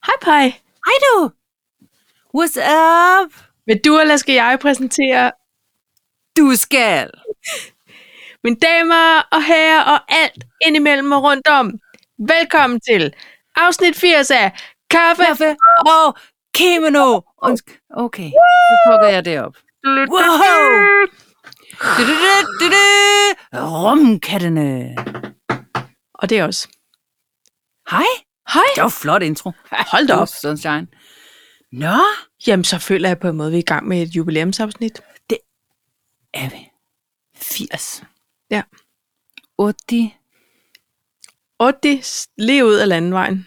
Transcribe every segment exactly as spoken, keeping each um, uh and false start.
Hej, Paj. Hej du. What's up? Vil du, eller skal jeg præsentere? Du skal. Mine damer og herrer og alt indimellem og rundt om. Velkommen til afsnit firs af Kaffe, Kaffe og Kimono. Okay, så plukker jeg det op. Wow! Rumkattene. Og det er også. Hej. Hej. Det var flot intro. Hold da op. Sunshine. Nå. Jamen, så føler jeg på en måde, at vi er i gang med et jubilæumsafsnit. Det er vi. firs. Ja. otte. otte lige ud af landevejen.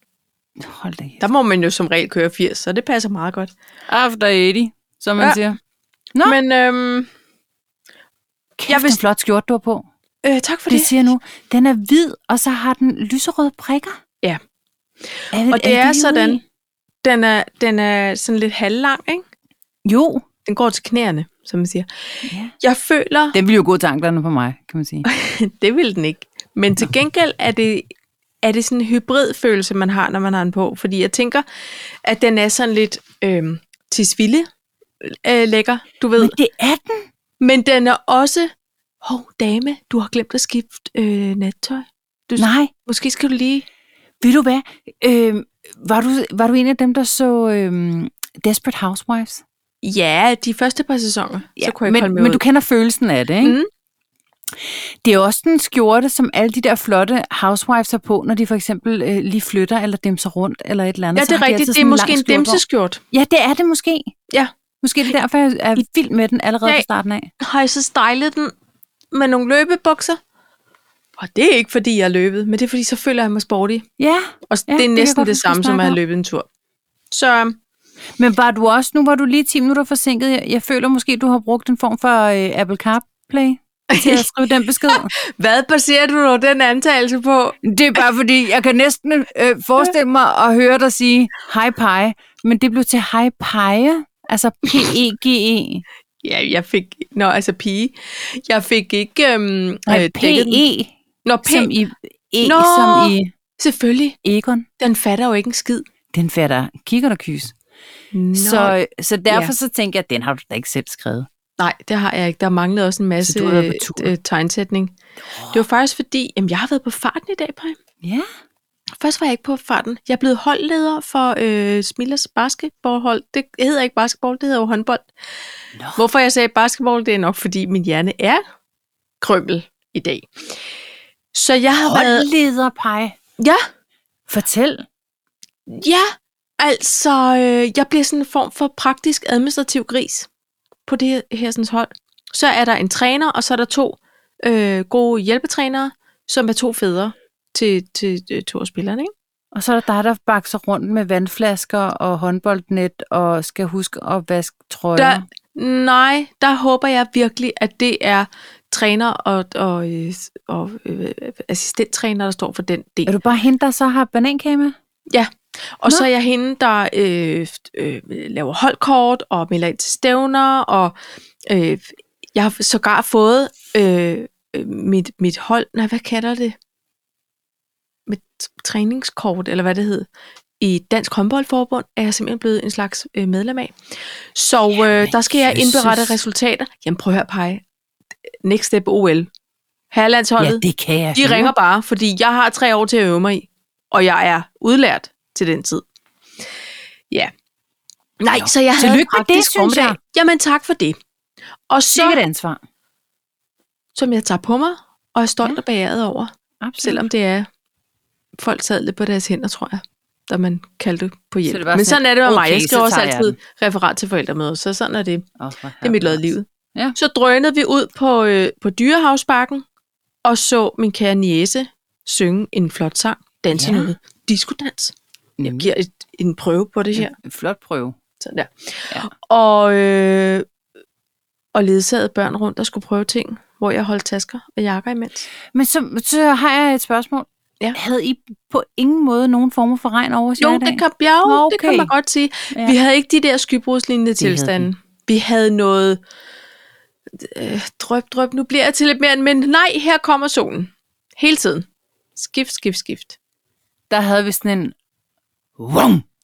Hold da. Der må man jo som regel køre firs, så det passer meget godt. After otte, som man ja. siger. Nå. Men, øhm... Kæft, jeg vil... en flot skjort, du har på. Øh, tak for det. det. Det siger nu. Den er hvid, og så har den lyserøde prikker. Ja. Er det, og det er, er, det sådan, den er, den er sådan lidt halvlang, ikke? Jo. Den går til knæerne, som man siger. Ja. Jeg føler... Den vil jo gå til anklerne på mig, kan man sige. Det vil den ikke. Men til gengæld er det, er det sådan en hybridfølelse, man har, når man har den på. Fordi jeg tænker, at den er sådan lidt øh, tisvilde øh, lækker, du ved. Men det er den. Men den er også... Hov, oh, dame, du har glemt at skifte øh, nattøj. Du, Nej. Måske skal du lige... Ved du hvad? Øh, var, du, var du en af dem, der så øh, Desperate Housewives? Ja, de første par sæsoner. Ja, så kunne jeg men, ikke holde med men ud. du kender følelsen af det, ikke? Mm. Det er også den skjorte, som alle de der flotte housewives har på, når de for eksempel øh, lige flytter, eller dimser rundt, eller et eller andet. Ja, det er rigtigt. Det er måske en dimseskjort. Ja, det er det måske. Ja. Måske det er derfor, jeg er vild med den allerede ja, fra starten af. Har jeg så stylet den med nogle løbebukser? Og det er ikke, fordi jeg er løbet, men det er, fordi så føler jeg mig sporty. Ja. Og ja, det er næsten det, det samme, som at have løbet en tur. Så... Men var du også, nu var du lige ti minutter forsinket. Jeg, jeg føler måske, du har brugt en form for øh, Apple CarPlay til at skrive den besked. Hvad baserer du den antagelse på? Det er bare fordi, jeg kan næsten øh, forestille mig at høre dig sige, hej pege, men det blev til hej pege, altså P E G E. Ja, jeg fik, nå, altså pige. Jeg fik ikke... Øhm, Nej, P E, nå, P- som i E, nå, som i... Selvfølgelig. Egon. Den fatter jo ikke en skid. Den fatter kigger der kys. Så, så derfor ja. så tænker jeg, at den har du da ikke selv skrevet. Nej, det har jeg ikke. Der manglede også en masse øh, tegnsætning. Oh. Det var faktisk fordi, jamen, jeg har været på farten i dag, Paj. Ja. Først var jeg ikke på farten. Jeg er blevet holdleder for øh, Smilers basketballhold. Det hedder ikke basketball, det hedder jo håndbold. No. Hvorfor jeg sagde basketball, det er nok fordi min hjerne er krømmel i dag. Så jeg har været... Holdleder, Paj. Ja. Fortæl. Ja, altså, øh, jeg bliver sådan en form for praktisk administrativ gris på det her, her sådan hold. Så er der en træner, og så er der to øh, gode hjælpetrænere, som er to fædre til, til, til to af spillerne, ikke? Og så er der dig, der bakser rundt med vandflasker og håndboldnet, og skal huske at vaske trøjer. Der, nej, der håber jeg virkelig, at det er træner og, og, og øh, assistenttræner, der står for den del. Er du bare hende, der så har banankage med? Ja, og Nå. så er jeg hende, der øh, øh, laver holdkort og melder ind til stævner, og øh, jeg har sågar fået øh, mit, mit hold, nej, hvad kalder det? Mit træningskort, eller hvad det hed, i Dansk Håndboldforbund, er jeg simpelthen blevet en slags øh, medlem af. Så øh, Jamen, der skal jeg indberette Jesus. resultater. Jamen prøv at høre, Paj. Next step O L. Herlandsholdet, ja, det kan jeg. de ringer bare, fordi jeg har tre år til at øve mig i, og jeg er udlært til den tid. Ja. Nej, jo. så jeg havde Tillykke med det, synes jeg. Jamen tak for det. Og så... Sikkert ansvar. Som jeg tager på mig, og er stolt ja. og beæret over. Absolut. Selvom det er... Folk sad lidt på deres hænder, tror jeg, da man kaldte på hjælp. Så Men sådan er det med okay, mig. Jeg skriver også altid jeg referat til forældremøder, så sådan er det. Oh, det er mit lod i livet. Ja. Så drønede vi ud på, øh, på Dyrehavsbakken, og så min kære niece synge en flot sang. Danse ja. noget. Diskodans. Jeg giver et, en prøve på det her. En flot prøve. Sådan der. Ja. Og, øh, og ledsagede børn rundt, der skulle prøve ting, hvor jeg holdt tasker og jakker imens. Men så, så har jeg et spørgsmål. Ja. Havde I på ingen måde nogen former for regn over os jo, i dag? Det kan, jo, okay. det kan man godt sige. Ja. Vi havde ikke de der skybrudslignende tilstande. Vi. vi havde noget øh, drøb, drøb. Nu bliver jeg til lidt mere, men nej, her kommer solen. Hele tiden. Skift, skift, skift. Der havde vi sådan en Vum!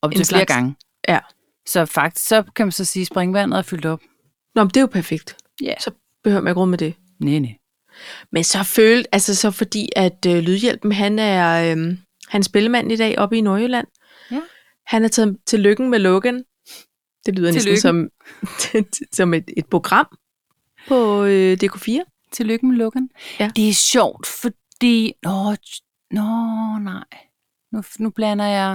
Op til flere gange. Ja. Så faktisk, så kan man så sige, at springvandet er fyldt op. Nå, men det er jo perfekt. Ja. Så behøver man ikke råd med det. Nej, nej. Men så følt, altså så fordi, at øh, Lydhjælpen, han er, øh, han er spillemand i dag oppe i Nordjylland. Ja. Han er taget til lykken med Logan. Det lyder næsten som, som et, et program på øh, D K fire. Tillykke med Logan. Ja. Det er sjovt, fordi... Nå, nå nej. Nu, nu blander jeg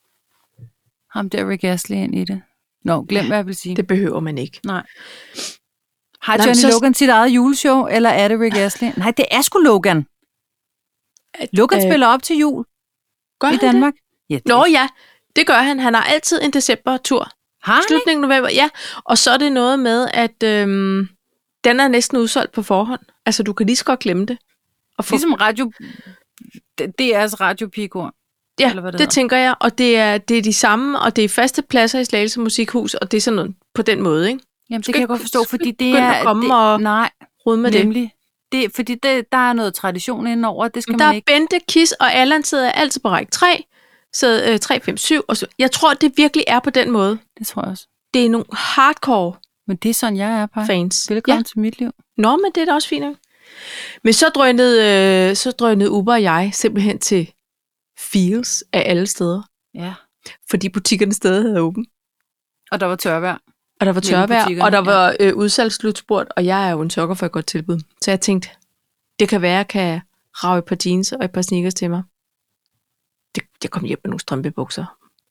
ham der Rick Astley ind i det. Nå, glem, ja, hvad jeg vil sige. Det behøver man ikke. Nej. Har Nej, Johnny så... Logan sit eget juleshow, eller er det Rick Astley? Nej, det er sgu Logan. At, Logan øh, spiller op til jul i Danmark. Ja, Nå ja, det gør han. Han har altid en december-tur. Har han? Slutningen november, ja. Og så er det noget med, at øhm, den er næsten udsolgt på forhånd. Altså, du kan lige så godt glemme det. Og få... Ligesom radio... Det er altså Radio Pigor. Ja, det, det tænker jeg. Og det er, det er de samme, og det er faste pladser i Slagelse Musikhus, og det er sådan noget på den måde, ikke? Jamen, det kan jeg godt forstå, fordi det er... at komme det, og nej, rode med nemlig. Det. det fordi det, der er noget tradition indenover, det skal Men man der ikke... Der er Bente, Kis og Allan sidder altid på række tre, så øh, tre, fem, syv, og så. Jeg tror, det virkelig er på den måde. Det tror jeg også. Det er nogle hardcore Men det er sådan, jeg er, Paj. Fans. Velkommen Ja. til mit liv. Nå, men det er da også fint. Men så drønede, øh, så drønede Uber og jeg simpelthen til Feels af alle steder. Ja. Fordi butikkerne stadig havde åben. Og der var tørvejr. Og der var tørvejr, og der var øh, udsalgsslutspurt, og jeg er jo en sokker for et godt tilbud. Så jeg tænkte, det kan være, at jeg kan rage et par jeans og et par sneakers til mig. Det, jeg kom hjem med nogle strømpebukser.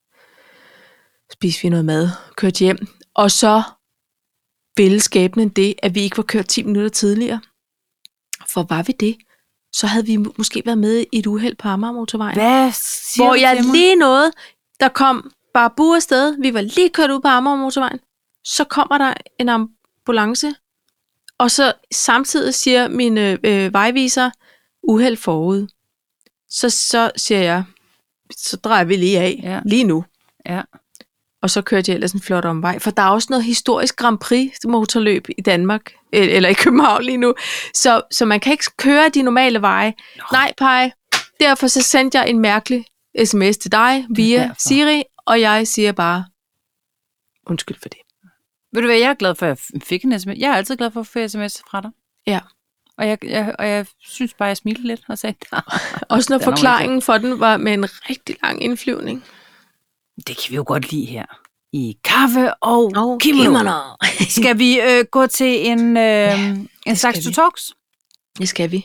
Spiste vi noget mad, kørte hjem. Og så ville skæbnen det, at vi ikke var kørt ti minutter tidligere. For var vi det, så havde vi måske været med i et uheld på Amagermotorvejen. Hvad siger Hvor du jeg til mig? lige nåede, der kom bare bur afsted. Vi var lige kørt ud på Amagermotorvejen. Så kommer der en ambulance, og så samtidig siger mine øh, vejviser, uheld forud. Så, så siger jeg, så drejer vi lige af, Ja. lige nu. Ja. Og så kørte jeg ellers en flot omvej. For der er også noget historisk Grand Prix motorløb i Danmark, eller i København lige nu. Så, så man kan ikke køre de normale veje. Nå. Nej, Paj. Derfor så sendte jeg en mærkelig sms til dig via Siri, og jeg siger bare, undskyld for det. Ved du hvad, jeg er glad for, at jeg fik en sms. Jeg er altid glad for at få sms fra dig. Ja. Og jeg, jeg, og jeg synes bare, jeg smilte lidt og sagde, også når forklaringen for den var med en rigtig lang indflyvning. Det kan vi jo godt lide her. I kaffe og oh, kimono. kimono. Skal vi øh, gå til en, øh, ja, en slags to talks? Det skal vi.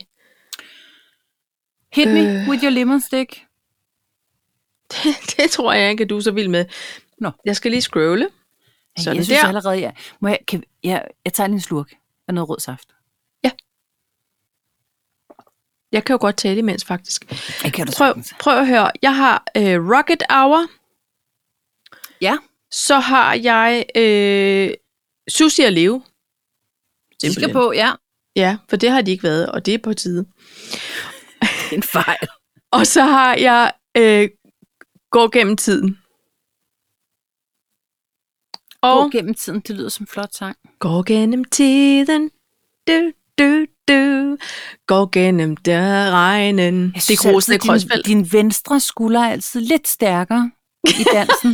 Hit øh. me with your lemon stick. Det, det tror jeg ikke, at du er så vild med. Nå. Jeg skal lige scrolle. Sådan jeg synes der. allerede, jeg, må jeg, kan, jeg, jeg tager lige en slurk af noget rød saft. Ja. Jeg kan jo godt tale imens, faktisk. Jeg kan prøv, prøv at høre. Jeg har øh, Rocket Hour. Ja. Så har jeg øh, Sushi og Leo. De skal på, ja. Ja, for det har de ikke været, og det er på tide. En fejl. Og så har jeg øh, Gå gennem tiden. Og Gå gennem tiden, det lyder som en flot sang. Gå gennem tiden, du, du, du. Gå gennem der regnen. Jeg synes det er altid, din, din venstre skulder er altid lidt stærkere i dansen.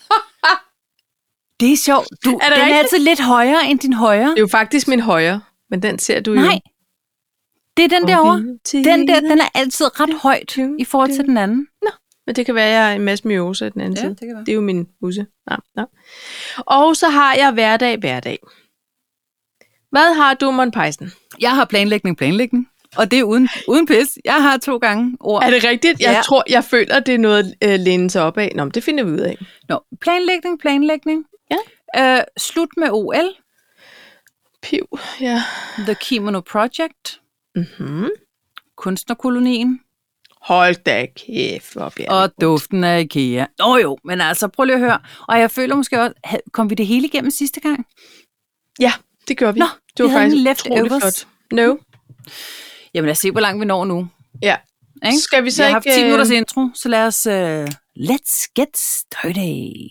Det er sjovt. Du, er den rigtigt? Er altid lidt højere end din højre. Det er jo faktisk min højre, men den ser du Nej. jo. Nej, det er den derovre. Den der, den er altid ret højt i forhold til den anden. Nå, men det kan være, at jeg er en masse myose den anden ja, side. Det, kan være. Det er jo min musse. Ja, ja. Og så har jeg hverdag, hverdag. Hvad har du, Mon Pejsen? Jeg har planlægning, planlægning. Og det er uden, uden pis. Jeg har to gange ord. Er det rigtigt? Jeg ja. tror, jeg føler, det er noget øh, læne sig op af. Nå, men det finder vi ud af. Nå, planlægning, planlægning. Ja. Øh, slut med O L. Piv, ja. The Kimono Project. Mhm. Kunstnerkolonien. Hold da kæft, hvor bliver Og duften af IKEA. Åh oh, jo, men altså, prøv lige at høre. Og jeg føler måske også, kom vi det hele igennem sidste gang? Ja, det gjorde vi. Nå, det var vi faktisk utroligt flot. No. Jamen lad os se, hvor langt vi når nu. Ja. Ikke? Skal vi så jeg ikke... har haft ti minutters intro, så lad os... Uh, let's get started.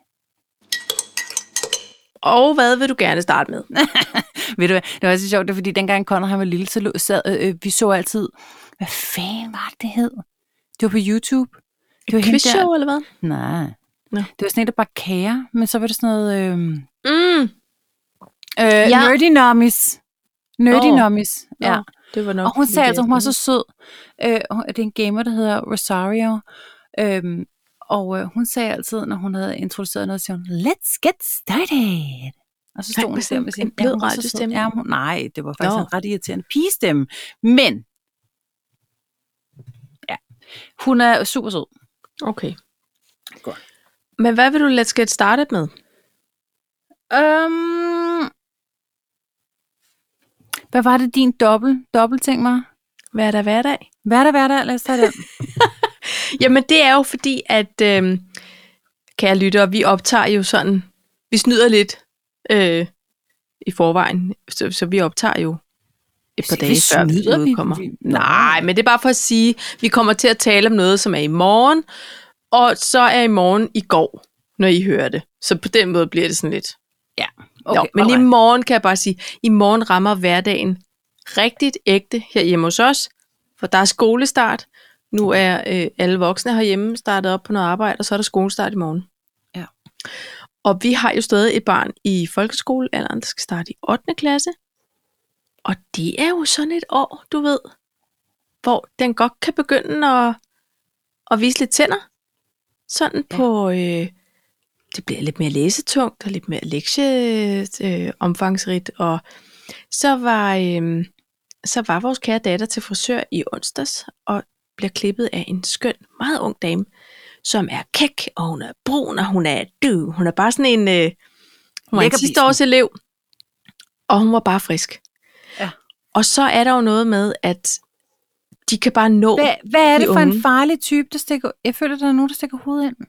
Og hvad vil du gerne starte med? Ved du hvad, det var også sjovt, det er, fordi dengang Conor han var lille, så sad, øh, vi så altid... Hvad fanden var det, det hed? Det var på YouTube. Det var et quizshow, eller hvad? Nej. Nå. Det var sådan en, der bare kager, men så var det sådan noget... Øh, Mm. øh, Ja. Nerdy Nummies. Nerdy Nå. Nummies, ja. Nå, det var nok. Og hun sagde lige altså, det, hun var jeg så sød. Øh, hun- det er en gamer, der hedder Rosario. Øhm, og øh, hun sagde altid, når hun havde introduceret noget, så sagde hun, let's get started. Og så Nej, stod hun med der sådan med sin... en blød hun var så sød. radiostemme. Ja, hun, nej, det var faktisk Nå. en ret irriterende pigestemme. Men, ja, hun er super sød. Okay. Godt. Men hvad vil du let's get started med? Um, hvad var det, din dobbelt, dobbelt ting var? Hvad er der hverdag? Hverdag, hverdag, lad os tage den. Jamen, det er jo fordi, at øh, kære lyttere, vi optager jo sådan, vi snyder lidt øh, i forvejen, så, så vi optager jo et par Vi dage før snyder, vi vi- udkommer. vi- Nej, men det er bare for at sige, vi kommer til at tale om noget, som er i morgen, og så er i morgen i går, når I hører det. Så på den måde bliver det sådan lidt. Ja, Okay, Nå, men i morgen kan jeg bare sige, i morgen rammer hverdagen rigtigt ægte her hjemme hos os, for der er skolestart. Nu er øh, alle voksne herhjemme startet op på noget arbejde, og så er der skolestart i morgen. Ja. Og vi har jo stadig et barn i folkeskolealderen, der skal starte i ottende klasse. Og det er jo sådan et år, du ved, hvor den godt kan begynde at, at vise lidt tænder. Sådan Ja. på... Øh, det bliver lidt mere læsetungt og lidt mere lektieomfangsrigt. Øh, omfangsrigt. Og så var, øh, så var vores kære datter til frisør i onsdags, og bliver klippet af en skøn, meget ung dame, som er kæk, og hun er brun, og hun er du. Hun er bare sådan en, øh, hun var en Lækkerbisen. sidste års elev, og hun var bare frisk. Ja. Og så er der jo noget med, at de kan bare nå Hvad, hvad er det de for unge. en farlig type, der stikker... Jeg føler, der er nogen, der stikker hovedet ind.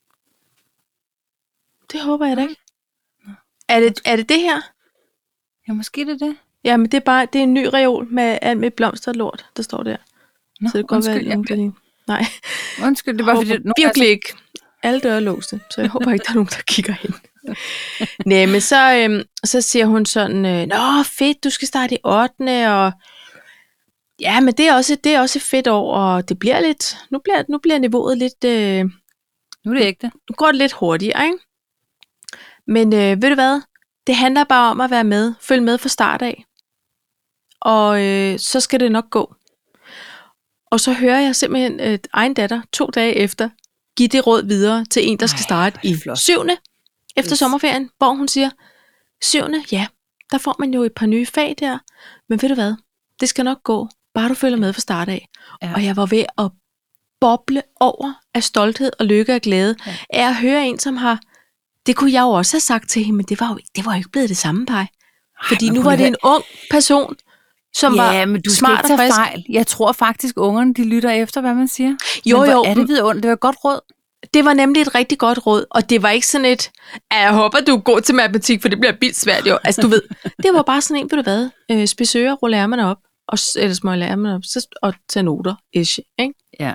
Det håber jeg da ikke. Er det, er det det her? Ja, måske det er det. Ja, men det er bare det er en ny reol med alt med blomster og lort, der står der. Nå, Så det kan godt være, undskyld, at nogen, der... Nej, Undskyld, det var fordi... håber Nogen, virkelig ikke. Alle døre er låste, så jeg håber ikke, der er nogen, der kigger ind. Nej, men så, øhm, så siger hun sådan, øh, nå fedt, du skal starte i ottende og ja, men det er også, det er også et fedt år, og det bliver lidt, nu bliver, nu bliver niveauet lidt, øh, Nu er det ægte. nu går det lidt hurtigere, ikke? Men øh, ved du hvad? Det handler bare om at være med, følge med fra start af, og øh, så skal det nok gå. Og så hører jeg simpelthen et egen datter to dage efter give det råd videre til en, der skal Ej, starte hvor er i det flot. syvende efter Yes. sommerferien, hvor hun siger, syvende, ja, der får man jo et par nye fag der, men ved du hvad, det skal nok gå, bare du følger med fra start af. Ja. Og jeg var ved at boble over af stolthed og lykke og glæde, Ja. af at høre en, som har, det kunne jeg jo også have sagt til hende, men det var jo, det var jo ikke blevet det samme, Paj. Fordi men nu prøv var lige det en ung person, som Ja, var men du skal smart ikke og tage frisk. fejl. Jeg tror faktisk, ungerne de lytter efter, hvad man siger. Jo, men hvor jo, er det vidunderligt. Det var et godt råd. det var nemlig et rigtig godt råd, og det var ikke sådan et, at jeg håber, du er god til matematik, for det bliver vildt svært jo. Altså, du ved, det var bare sådan en, ved du hvad, øh, spidsører, rulle ærmerne op, og, s- eller små ærmerne op, så, og tage noter, ish, ikke? Ja.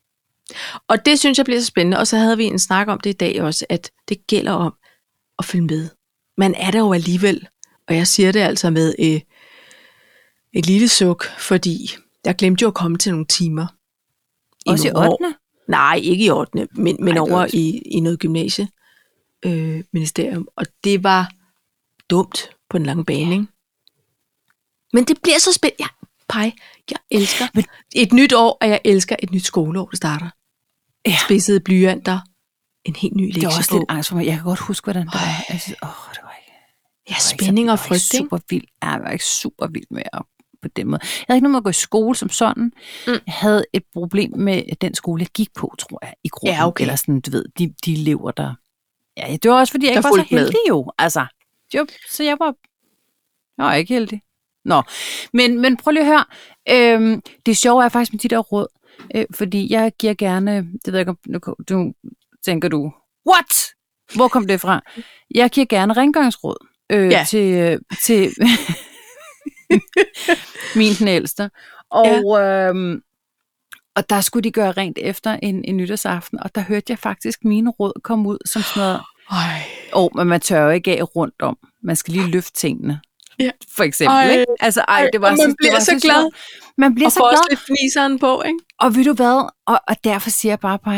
Og det synes jeg bliver så spændende, og så havde vi en snak om det i dag også, at det gælder om at følge med. Man er der jo alligevel, og jeg siger det altså med øh, et lille suk, fordi jeg glemte jo at komme til nogle timer. Også i nogle år. ottende Nej, ikke i ottende, men, men Ej, det var over også- i, i noget gymnasie øh, ministerium. Og det var dumt på den lange bane, ikke? Men det bliver så spændende. Ja, Paj, jeg elsker Men- et nyt år, og jeg elsker et nyt skoleår, der starter. Ja. Spidsede blyanter, en helt ny Det var også lektiebog. lidt angst for mig. Jeg kan godt huske, hvordan det var. Jeg synes, åh, det var ikke... Ja, det var ikke spænding så- og det var frygt, ikke ikke? super vild. Ja, jeg var ikke super vild med at på den måde. Jeg havde ikke noget med at gå i skole som sådan. Mm. Jeg havde et problem med den skole, jeg gik på, tror jeg, i gruppen. Ja, okay. Eller sådan, du ved, de, de elever, der... Ja, det var også, fordi jeg Der ikke var så fulgte med. heldig jo. Altså, jo, så jeg var... Jeg var ikke heldig. Nå, men, men prøv lige at høre. Øhm, det sjove er faktisk med de der råd. Øh, fordi jeg giver gerne... Det ved jeg ikke, om nu, du tænker du... What? Hvor kom det fra? Jeg giver gerne rengøringsråd øh, Ja. til, øh, til min den ældste. Og, ja. øhm, og der skulle de gøre rent efter en, en nytårsaften, og der hørte jeg faktisk mine råd komme ud som sådan noget. Ej. Åh, oh, men man tør jo ikke af rundt om. Man skal lige løfte tingene. Ja. For eksempel, Ej. ikke? Altså, ej, det var Og man så, bliver det var så glad. sjovt. Man bliver Og så får også glad. lidt fniseren på, ikke? Og ved du hvad? Og, og derfor siger jeg bare, Paj,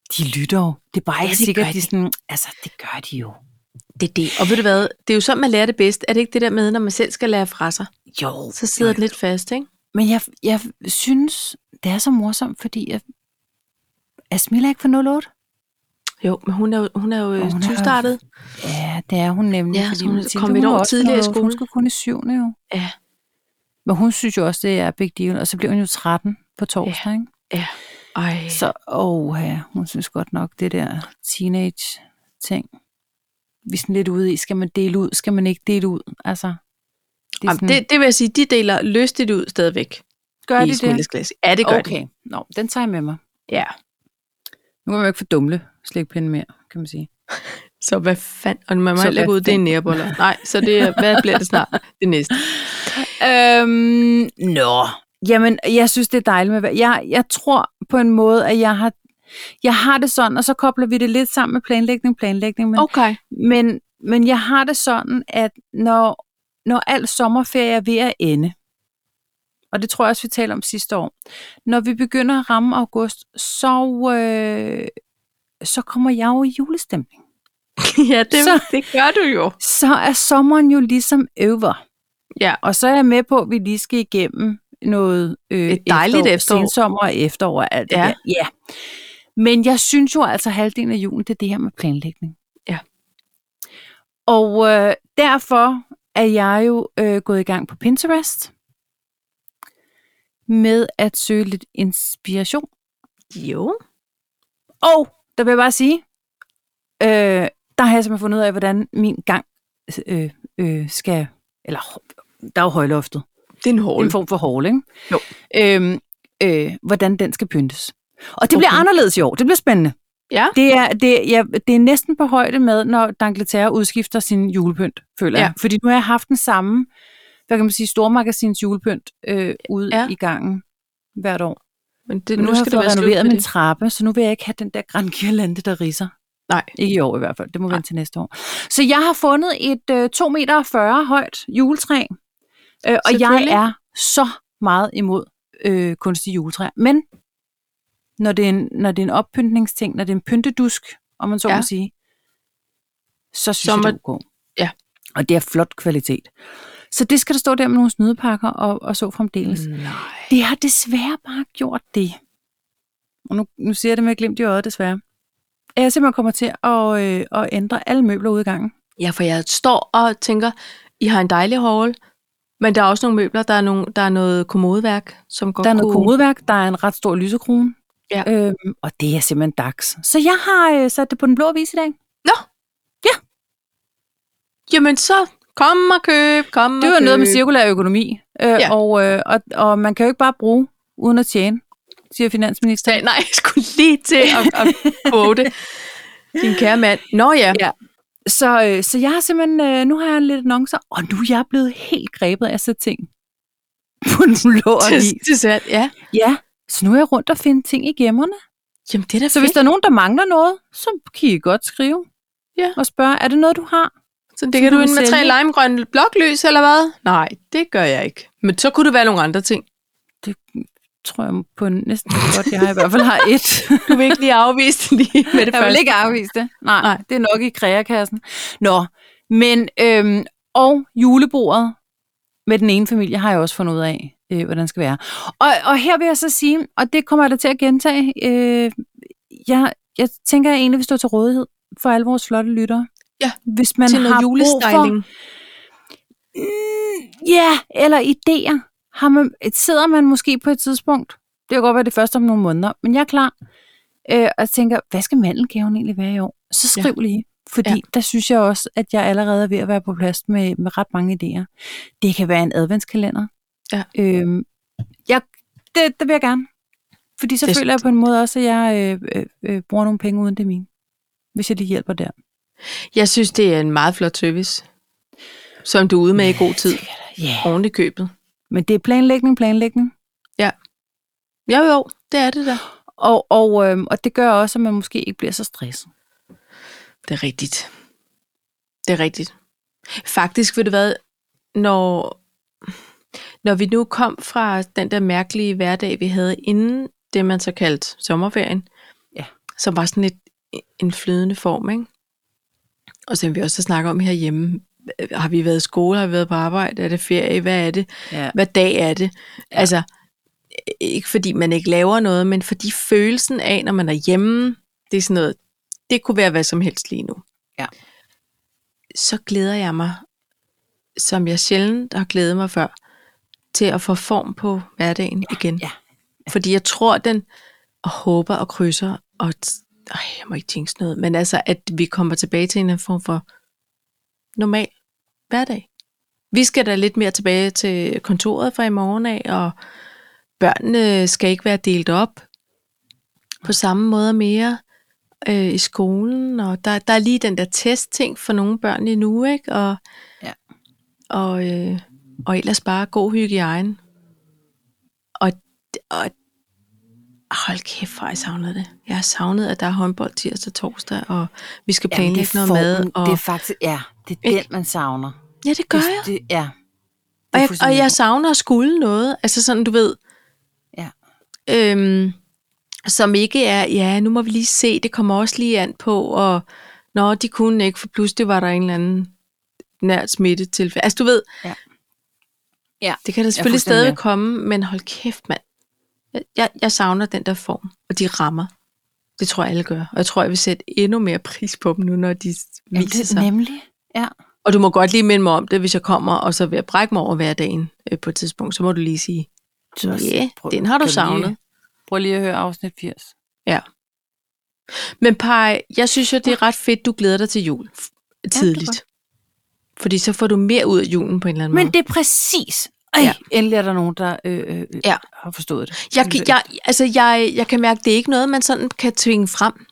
De lytter jo. Det er bare Ja, ikke det sikkert, gør de de. sådan... Altså, det gør de jo. Det er det. Og ved du hvad, det er jo sådan, man lærer det bedst. Er det ikke det der med, når man selv skal lære fra sig? Jo. Så sidder jo, det lidt fast, ikke? Men jeg, jeg synes, det er så morsomt, fordi jeg... Er Smilla ikke for nul otte? Jo, men hun er jo, hun er jo Hun er- tyve-startet. Ja, det er hun nemlig. Ja, fordi så hun Mathilde, kom et var år også tidligere i for nul otte. skole. Hun skulle kun i syvende jo. Ja. Men hun synes jo også, det er big deal. Og så bliver hun jo tretten på torsdag, ja. Ikke? Ja. Ej. Så, åh ja, hun synes godt nok, det der teenage-ting, vi er sådan lidt ude i, skal man dele ud, skal man ikke dele ud? Altså, det, er Jamen, sådan, det, det vil jeg sige, de deler lystigt ud stadigvæk. gør i de det? Smilles klasse. Ja, det gør Okay, de. nå, den tager jeg med mig. Ja. Nu kan man jo ikke få dumle slikpinde mere, kan man sige. Så hvad fanden? Og man må Så heller ikke hvad ud, det er en fanden? nærboller. Nej, så det er, hvad bliver det snart? Det næste. Øhm, nå, jamen, jeg synes, det er dejligt med vejr. Jeg, jeg tror på en måde, at jeg har, jeg har det sådan, og så kobler vi det lidt sammen med planlægning, planlægning, men, Okay. men, men jeg har det sådan, at når, når al sommerferie er ved at ende, og det tror jeg også, vi talte om sidste år, når vi begynder at ramme august, så, øh, så kommer jeg jo i julestemning. Ja, det, Så- det gør du jo. Så er sommeren jo ligesom over. Ja. Og så er jeg med på, at vi lige skal igennem noget øh, Et dejligt efterår. sensommer og efterår og alt det Ja. der. Ja. Men jeg synes jo altså, at halvdelen af julen, det er det her med planlægning. Ja. Og øh, derfor er jeg jo øh, gået i gang på Pinterest med at søge lidt inspiration. Jo. Og der vil jeg bare sige, øh, der har jeg simpelthen fundet ud af, hvordan min gang øh, øh, skal, eller der er jo højloftet. Det er en Det er hål. en form for hall, ikke? Jo. Øhm, øh, hvordan den skal pyntes. Og det bliver Okay. anderledes i år. Det bliver spændende. Ja. Det er, det, ja, det er næsten på højde med, når D'Angleterre udskifter sin julepynt, føler Ja. jeg. Fordi nu har jeg haft den samme, hvad kan man sige, stormagasins julepynt øh, ude Ja. i gangen hvert år. Men det, Men nu, nu har jeg skal det fået være slut renoveret med min det. trappe, så nu vil jeg ikke have den der Grand Guirlande, der ridser. Nej. Ikke i år i hvert fald. Det må Nej. vente til næste år. Så jeg har fundet et øh, to komma fyrre meter højt juletræ. Øh, og jeg Selvfølgelig. er så meget imod øh, kunstige juletræer. Men når det, er en, når det er en oppyntningsting, når det er en pyntedusk, om man så Ja. må sige, så synes Så jeg, må- det er ok. Ja. Og det er flot kvalitet. Så det skal der stå der med nogle snydepakker og, og så fremdeles. Mm. Nej. Det har desværre bare gjort det. Og nu, nu siger jeg det med glimt i øjet, desværre. At jeg simpelthen kommer til at, øh, at ændre alle møbler ude i gangen. Ja, for jeg står og tænker, I har en dejlig hall, men der er også nogle møbler, der er, nogle, der er noget kommodeværk, som godt Der er noget kunne... kommodeværk, der er en ret stor lysekrone. Ja. Øhm, og det er simpelthen dags. Så jeg har øh, sat det på den blå avis i dag. Nå! Ja. Jamen så, kom og køb, kom Det og var køb. noget med cirkulær økonomi. Øh, Ja. og, øh, og, og man kan jo ikke bare bruge uden at tjene, siger finansministeren. Ja, nej, jeg skulle lige til at, at quote din kære mand. Nå ja. Ja. Så, øh, så jeg har simpelthen, øh, nu har jeg lidt annoncer, og nu er jeg blevet helt grebet af at sætte ting på den blå Til, avis. til sat, ja. Ja, så nu er jeg rundt og finde ting i gemmerne. Jamen det er da Så hvis fedt. der er nogen, der mangler noget, så kan I godt skrive Ja. og spørge, er det noget, du har? Så det kan du du vil ind med tre sælge? limegrønne bloklys, eller hvad? Nej, det gør jeg ikke. Men så kunne det være nogle andre ting. Det tror jeg på næsten godt, jeg har i hvert fald har et. Du vil ikke lige afvise det lige med det Jeg vil første. ikke afvise det. Nej, Nej. Nej. Det er nok i kreakassen. Nå, men øhm, og julebordet med den ene familie har jeg også fundet ud af, øh, hvordan det skal være. Og, og her vil jeg så sige, og det kommer jeg da til at gentage, øh, jeg, jeg tænker, at jeg egentlig vil stå til rådighed for alle vores flotte lyttere. Ja, Hvis man til har noget brug julestyling. For, mm, ja, eller idéer. Har man, sidder man måske på et tidspunkt, det kan godt være det første om nogle måneder, men jeg er klar, øh, og tænker, hvad skal mandelgaven egentlig være i år? Så skriv ja. lige, fordi ja. der synes jeg også, at jeg allerede er ved at være på plads med, med ret mange idéer. Det kan være en adventskalender. Ja. Øhm, jeg, det, det vil jeg gerne. Fordi så Det- føler jeg på en måde også, at jeg øh, øh, øh, bruger nogle penge uden det er mine. Hvis jeg lige hjælper der. Jeg synes, det er en meget flot service, som du er ude med i god tid. Ja. Ordentligt købet. Men det er planlægning, planlægning. Jo, jo, det er det der. Og, og, øh, og det gør også, at man måske ikke bliver så stresset. Det er rigtigt. Det er rigtigt. Faktisk, ved du hvad, når, når vi nu kom fra den der mærkelige hverdag, vi havde inden det, man så kaldte sommerferien, Ja. som var sådan et, en flydende form, ikke? Og så vi også snakker om herhjemme, har vi været i skole, har vi været på arbejde, er det ferie, hvad er det, Ja. hvad dag er det? Ja. Altså, ikke fordi man ikke laver noget, men fordi følelsen af, når man er hjemme, det er sådan noget, det kunne være hvad som helst lige nu. Ja. Så glæder jeg mig, som jeg sjældent har glædet mig før, til at få form på hverdagen Ja. igen. Ja. Fordi jeg tror, den og håber og krydser, og ej, jeg må ikke tænke sådan noget, men altså, at vi kommer tilbage til en form for normal hverdag. Vi skal da lidt mere tilbage til kontoret fra i morgen af, og børnene skal ikke være delt op på samme måde mere øh, i skolen, og der, der er lige den der testting for nogle børn endnu, ikke? Og, Ja. og, øh, og ellers bare god hygiejne. Og, og hold kæft, hvor jeg savnede det. Jeg har savnet, at der er håndbold tirsdag og torsdag, og vi skal planlægge noget mad. Og Det er faktisk, ja, det er ikke? den, man savner. Ja, det gør det, jeg. Det, ja. Og jeg, og jeg savner at skulle noget. Altså sådan, du ved. Ja. Øhm, som ikke er, ja, nu må vi lige se, det kommer også lige an på, og nå, de kunne ikke, for pludselig var der en eller anden nært smittetilfælde. Altså, du ved, Ja. Ja. det kan da selvfølgelig stadig komme, men hold kæft, mand. Jeg, jeg, jeg savner den der form, og de rammer. Det tror jeg alle gør. Og jeg tror, jeg vil sætte endnu mere pris på dem nu, når de Jamen, viser det, sig. nemlig, ja. Og du må godt lige minde mig om det, hvis jeg kommer, og så vil jeg brække mig over hverdagen øh, på et tidspunkt, så må du lige sige, ja, yeah, den har du savnet. Lige, prøv lige at høre afsnit firs. Ja. Men Paj, jeg synes jo, det er ret fedt, du glæder dig til jul tidligt. Ja, fordi så får du mere ud af julen på en eller anden Men måde. det er præcis. Ej, ja. Endelig er der nogen, der øh, øh, ja. har forstået det. Jeg, jeg, altså, jeg, jeg kan mærke, det er ikke noget, man sådan kan tvinge frem.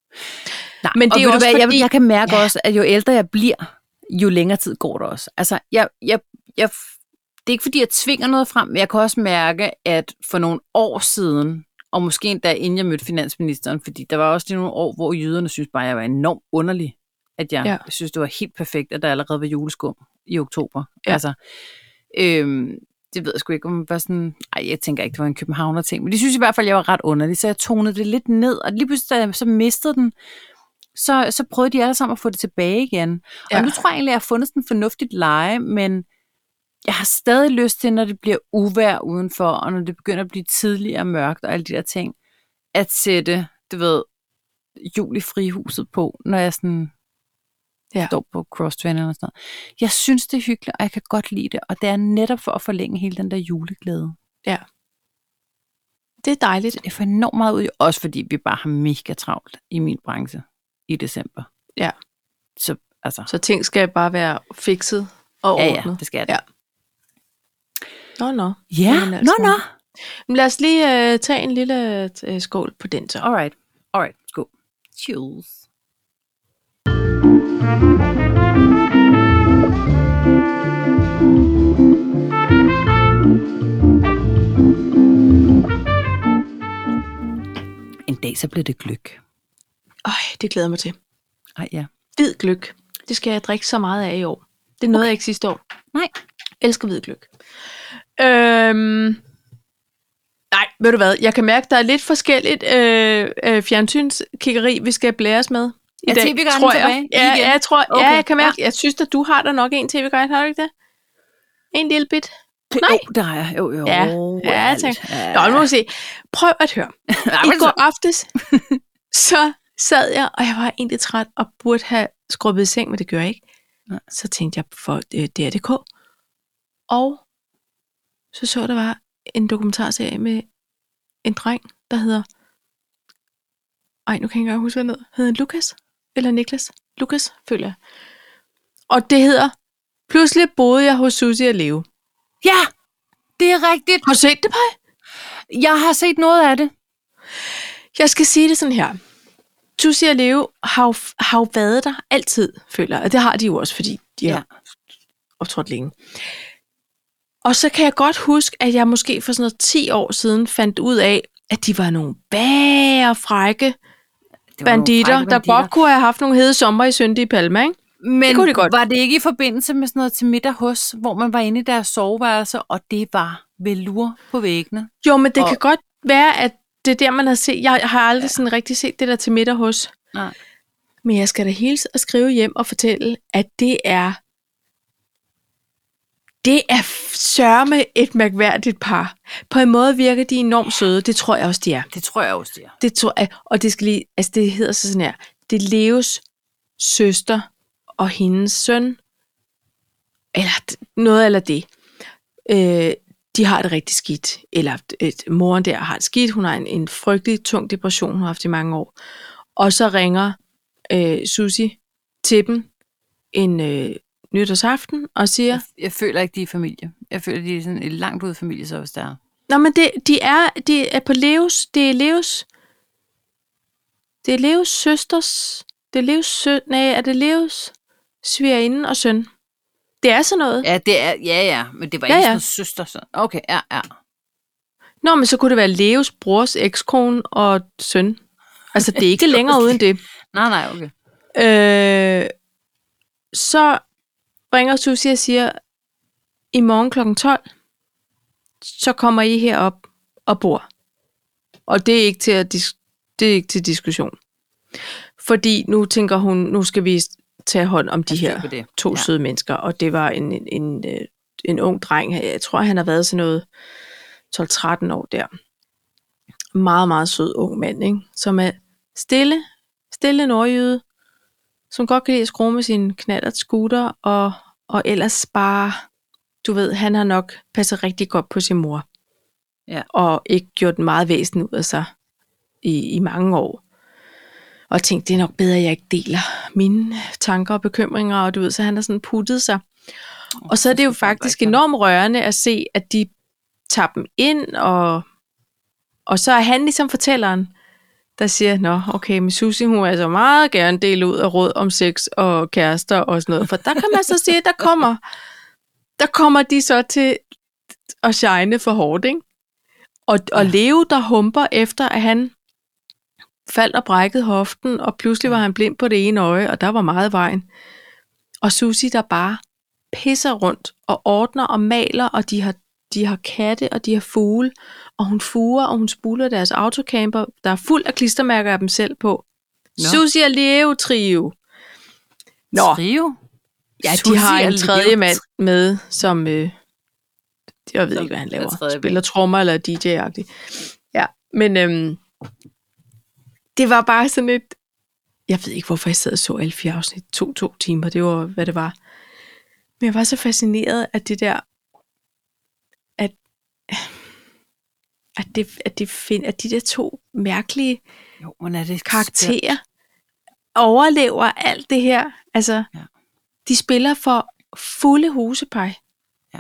Nej, men det er jo også hvad, fordi... Jeg, jeg kan mærke ja. også, at jo ældre jeg bliver, jo længere tid går der også. Altså, jeg, jeg, jeg, det er ikke fordi, jeg tvinger noget frem, men jeg kan også mærke, at for nogle år siden, og måske endda inden jeg mødte finansministeren, fordi der var også lige nogle år, hvor jyderne synes bare, jeg var enormt underlig, at jeg ja. synes, det var helt perfekt, at der allerede var juleskum i oktober. Ja. Altså, øhm, det ved jeg sgu ikke, om det var sådan, ej, jeg tænker ikke, det var en københavner ting, men de synes i hvert fald, jeg var ret underlig, så jeg tonede det lidt ned, og lige pludselig, da jeg så mistede den, så, så prøvede de alle sammen at få det tilbage igen. Ja. Og nu tror jeg egentlig, at jeg har fundet sådan en fornuftigt leje, men jeg har stadig lyst til, når det bliver uvejr udenfor, og når det begynder at blive tidligere mørkt og alle de der ting, at sætte, du ved, jul i frihuset på, når jeg sådan ja. står på crosstraineren og sådan noget. Jeg synes, det er hyggeligt, og jeg kan godt lide det, og det er netop for at forlænge hele den der juleglæde. Ja. Det er dejligt. Så det får enormt meget ud, også fordi vi bare har mega travlt i min branche i december. Ja. Så, altså. Så ting skal bare være fikset og ordnet. Ja, ja, det skal det. Ja. Nå, nå. Ja, altså. nå, nå. Men lad os lige uh, tage en lille uh, skål på den så. Alright, alright, skål. Cheers. En dag så bliver det gløgg. Øj, det glæder mig til. Ej, ja. Hvid gløgg. Det skal jeg drikke så meget af i år. Det er noget, okay. jeg ikke sidste år. Nej. Jeg elsker hvid gløgg. Øhm, nej, ved du hvad? Jeg kan mærke, der er lidt forskelligt øh, øh, fjernsynskiggeri, vi skal blæres med i er dag. T V-guiden tilbage? Ja, ja, jeg tror, okay. ja, jeg kan mærke, ja. jeg synes, at du har der nok en T V-guide, har du ikke det? En lille bit? Nej. Jo, der er jeg. Jo, jo. Ja, ja jeg tænker. Ja. Nå, nu må vi se. Prøv at høre. I går aftes, så sad jeg, og jeg var egentlig træt, og burde have skrubbet i seng, men det gør jeg ikke. Nej. Så tænkte jeg for øh, D R punktum D K, og så så der var en dokumentarserie med en dreng, der hedder, ej, nu kan jeg ikke engang huske, hvad han hedder. Hedder han Lukas? Eller Niklas? Lukas, føler jeg. Og det hedder, pludselig boede jeg hos Susie og Leo. Ja, det er rigtigt. Har du set det, Paj? Jeg har set noget af det. Jeg skal sige det sådan her. Susie og Leo har jo, har jo været der altid, føler jeg. Og det har de jo også, fordi de har ja. optrådt længe. Og så kan jeg godt huske, at jeg måske for sådan noget ti år siden fandt ud af, at de var nogle bærefrække banditter, der godt kunne have haft nogle hede sommer i Sønde i Palma, ikke? Men det kunne de godt. Var det ikke i forbindelse med sådan noget til middag hos, hvor man var inde i deres soveværelse, og det var velur på væggene? Jo, men det og... kan godt være, at det er der, man har set. Jeg har aldrig ja. sådan rigtig set det der til middag hos. Nej. Men jeg skal da hilse og skrive hjem og fortælle, at det er det er sørme et mærkværdigt par. På en måde virker de enormt søde. Det tror jeg også, de er. Det tror jeg også, de er. Det tror jeg, og det skal lige, altså det hedder så sådan her. Det er Leos søster og hendes søn, eller noget eller det. Øh, de har det rigtig skidt. Eller et, moren der har det skidt. Hun har en, en frygtelig tung depression, hun har haft i mange år. Og så ringer øh, Susie til dem en øh, nytårsaften og siger... Jeg, jeg føler ikke, de er familie. Jeg føler, de er sådan et langt ud af familie, så hvis der er. Nå, men det, de, er, de er på Leos... Det er Leos... Det er Leos søsters... Det er Leos søn... Nej, er det Leos svigerinde og søn? Det er sådan noget. Ja, det er, ja, ja, men det var ja, ikke ja. sådan søster. Så. Okay, ja, ja. Nå, men så kunne det være Leos brors ekskone og søn. Altså, det er ikke længere uden det. Nej, nej, okay. Øh, så ringer Susie og siger, i morgen klokken tolv, så kommer I herop og bor. Og det er ikke til, at dis- det er ikke til diskussion. Fordi nu tænker hun, nu skal vi tage hånd om de her to ja. søde mennesker. Og det var en, en, en, en ung dreng. Jeg tror, han har været sådan noget tolv tretten år der. Meget, meget sød ung mand, ikke? Som er stille, stille nordjyde, som godt kan lide at skrue med sin knallert scooter, og, og ellers bare, du ved, han har nok passet rigtig godt på sin mor. Ja. Og ikke gjort meget væsen ud af sig i, i mange år. Og tænkte, det er nok bedre, at jeg ikke deler mine tanker og bekymringer, og du ved, så han har sådan puttet sig. Oh, og så er det jo faktisk enormt rørende at se, at de tager dem ind, og, og så er han ligesom fortælleren, der siger, nå, okay, men Susie, hun vil altså meget gerne dele ud af råd om sex og kærester og sådan noget, for der kan man så sige, der kommer, der kommer de så til at shine for hårdt, ikke? Og, og ja. Leo, der humper efter, at han faldt og brækkede hoften, og pludselig var han blind på det ene øje, og der var meget vejen. Og Susie, der bare pisser rundt og ordner og maler, og de har, de har katte, og de har fugle, og hun fuger, og hun spuler deres autocamper, der er fuld af klistermærker af dem selv på. Nå. Susie og Leo trio. Nå. Trio? Ja, de Susie har en tredje mand med, som, øh, jeg ved som ikke, hvad han laver. Spiller trommer eller D J-agtig. Ja, men øhm, det var bare sådan et, jeg ved ikke, hvorfor jeg sad og så alle fire afsnit, to, to timer, det var, hvad det var. Men jeg var så fascineret af det der, at, at, det, at, det find, at de der to mærkelige jo, men er det karakterer skørt. Overlever alt det her. Altså, ja. De spiller for fulde husepej. Ja.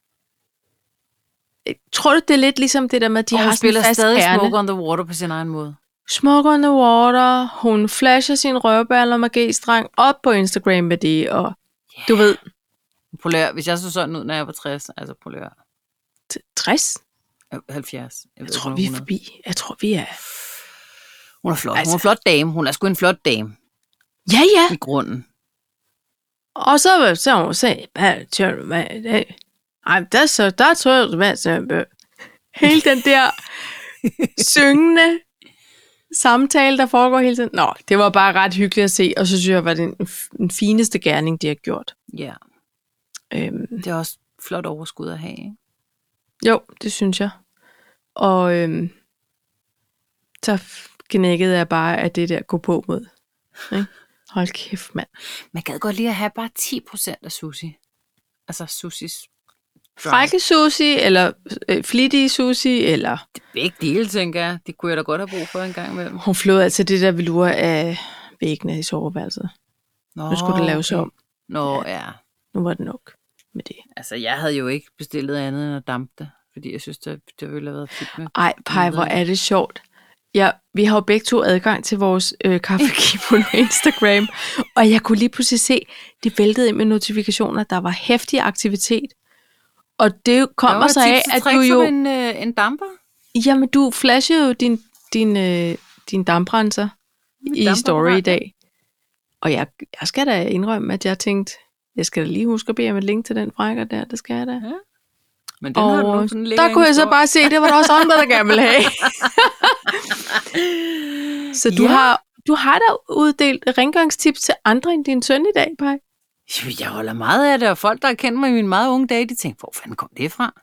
Tror du, det er lidt ligesom det der med, at de og har sådan spiller fast stadig ærne? Smoke on the Water på sin egen måde. Smoke on the Water, hun flasher sin røvballer med G-streng op på Instagram med det, og yeah. Du ved. Polør, hvis jeg så sådan ud, når jeg var tres, altså polør. tres? halvfjerds. Jeg, jeg tror, vi er forbi. Jeg tror, vi er... Hun er flot. Altså... Hun er en flot dame. Hun er sgu en flot dame. Ja, ja. I grunden. Og så så hun sagde, hvad tør du med i dag? Ej, der, så, der tror jeg, du med hele den der syngende samtale, der foregår hele tiden. Nå, det var bare ret hyggeligt at se, og så synes jeg, var det den, den fineste gerning, de har gjort. Ja. Øhm, det er også flot overskud at have, ikke? Jo, det synes jeg. Og øhm, så knækkede jeg bare af det der gå på mod. Ikke? Hold kæft, mand. Man gad godt lige at have bare ti procent af Susie. Altså Susies frække Susie, eller øh, flittige Susie, eller... Det er begge dele, tænker jeg. Det kunne jeg da godt have brug for en gang imellem. Hun flåede altså det der velure af væggene i soveværelset. Nå, nu skulle det laves okay. om. Nå, ja. ja. Nu var det nok med det. Altså, jeg havde jo ikke bestilt andet end at dampe det, fordi jeg synes, det, det ville have været fint med. Ej, Paj, hvor er det sjovt. Ja, vi har jo begge to adgang til vores øh, kaffekimo på Instagram, og jeg kunne lige pludselig se, det væltede ind med notifikationer, der var heftig aktivitet. Og det kommer så af, at du jo... en, øh, en damper? Jamen, du flasher jo din, din, øh, din damprenser i damper, story i dag. Og jeg, jeg skal da indrømme, at jeg tænkte, jeg skal da lige huske at bede om et link til den frækker der, det skal jeg da. Ja. Men den har du nu, Og den ligger der kunne jeg så inde i bare se, det var der også andre, der gerne ville have. Så du, Ja. har, du har da uddelt rengøringstips til andre end din søn i dag, Paj? Jo, jeg holder meget af det, og folk, der har kendt mig i mine meget unge dage, de tænker, hvor fanden kom det fra?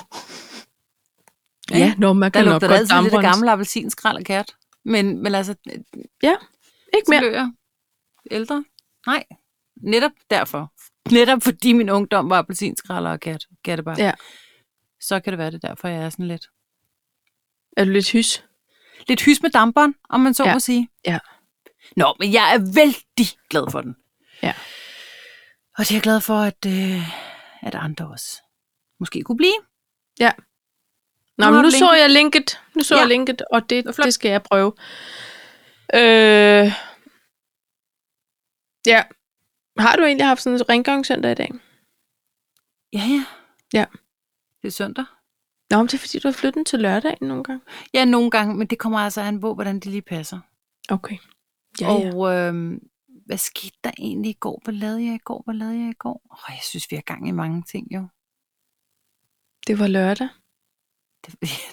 Ja, når man Der kan nok lugter godt altid lidt af damperen. gammel appelsinskrald og kært. Men, men altså, Ja, ikke så mere. blev jeg ældre. Nej, netop derfor. Netop fordi min ungdom var appelsinskrald og kært. Kærtebær. Ja. Så kan det være det derfor, jeg er sådan lidt... Er du lidt hys? Lidt hys med damperen, om man så Ja. må sige. Ja. Nå, men jeg er vældig glad for den. Ja. Og det er jeg glad for, at, øh, at andre også måske kunne blive. Ja. Nå, Nu men har nu du så linket. jeg linket. Nu så Ja. jeg linket, og det, var flot. det skal jeg prøve. Øh, ja. Har du egentlig haft sådan en rengøringscenter i dag? Ja, ja. Ja. Det er søndag. Nå, men det er fordi, du har flyttet den til lørdagen nogle gange. Ja, nogle gange, men det kommer altså an på, hvordan det lige passer. Okay. Ja, ja. Og øh, hvad skete der egentlig i går? Hvad lavede jeg i går? Hvad lavede jeg i går? Åh, jeg synes, vi har gang i mange ting, jo. Det var lørdag. Det,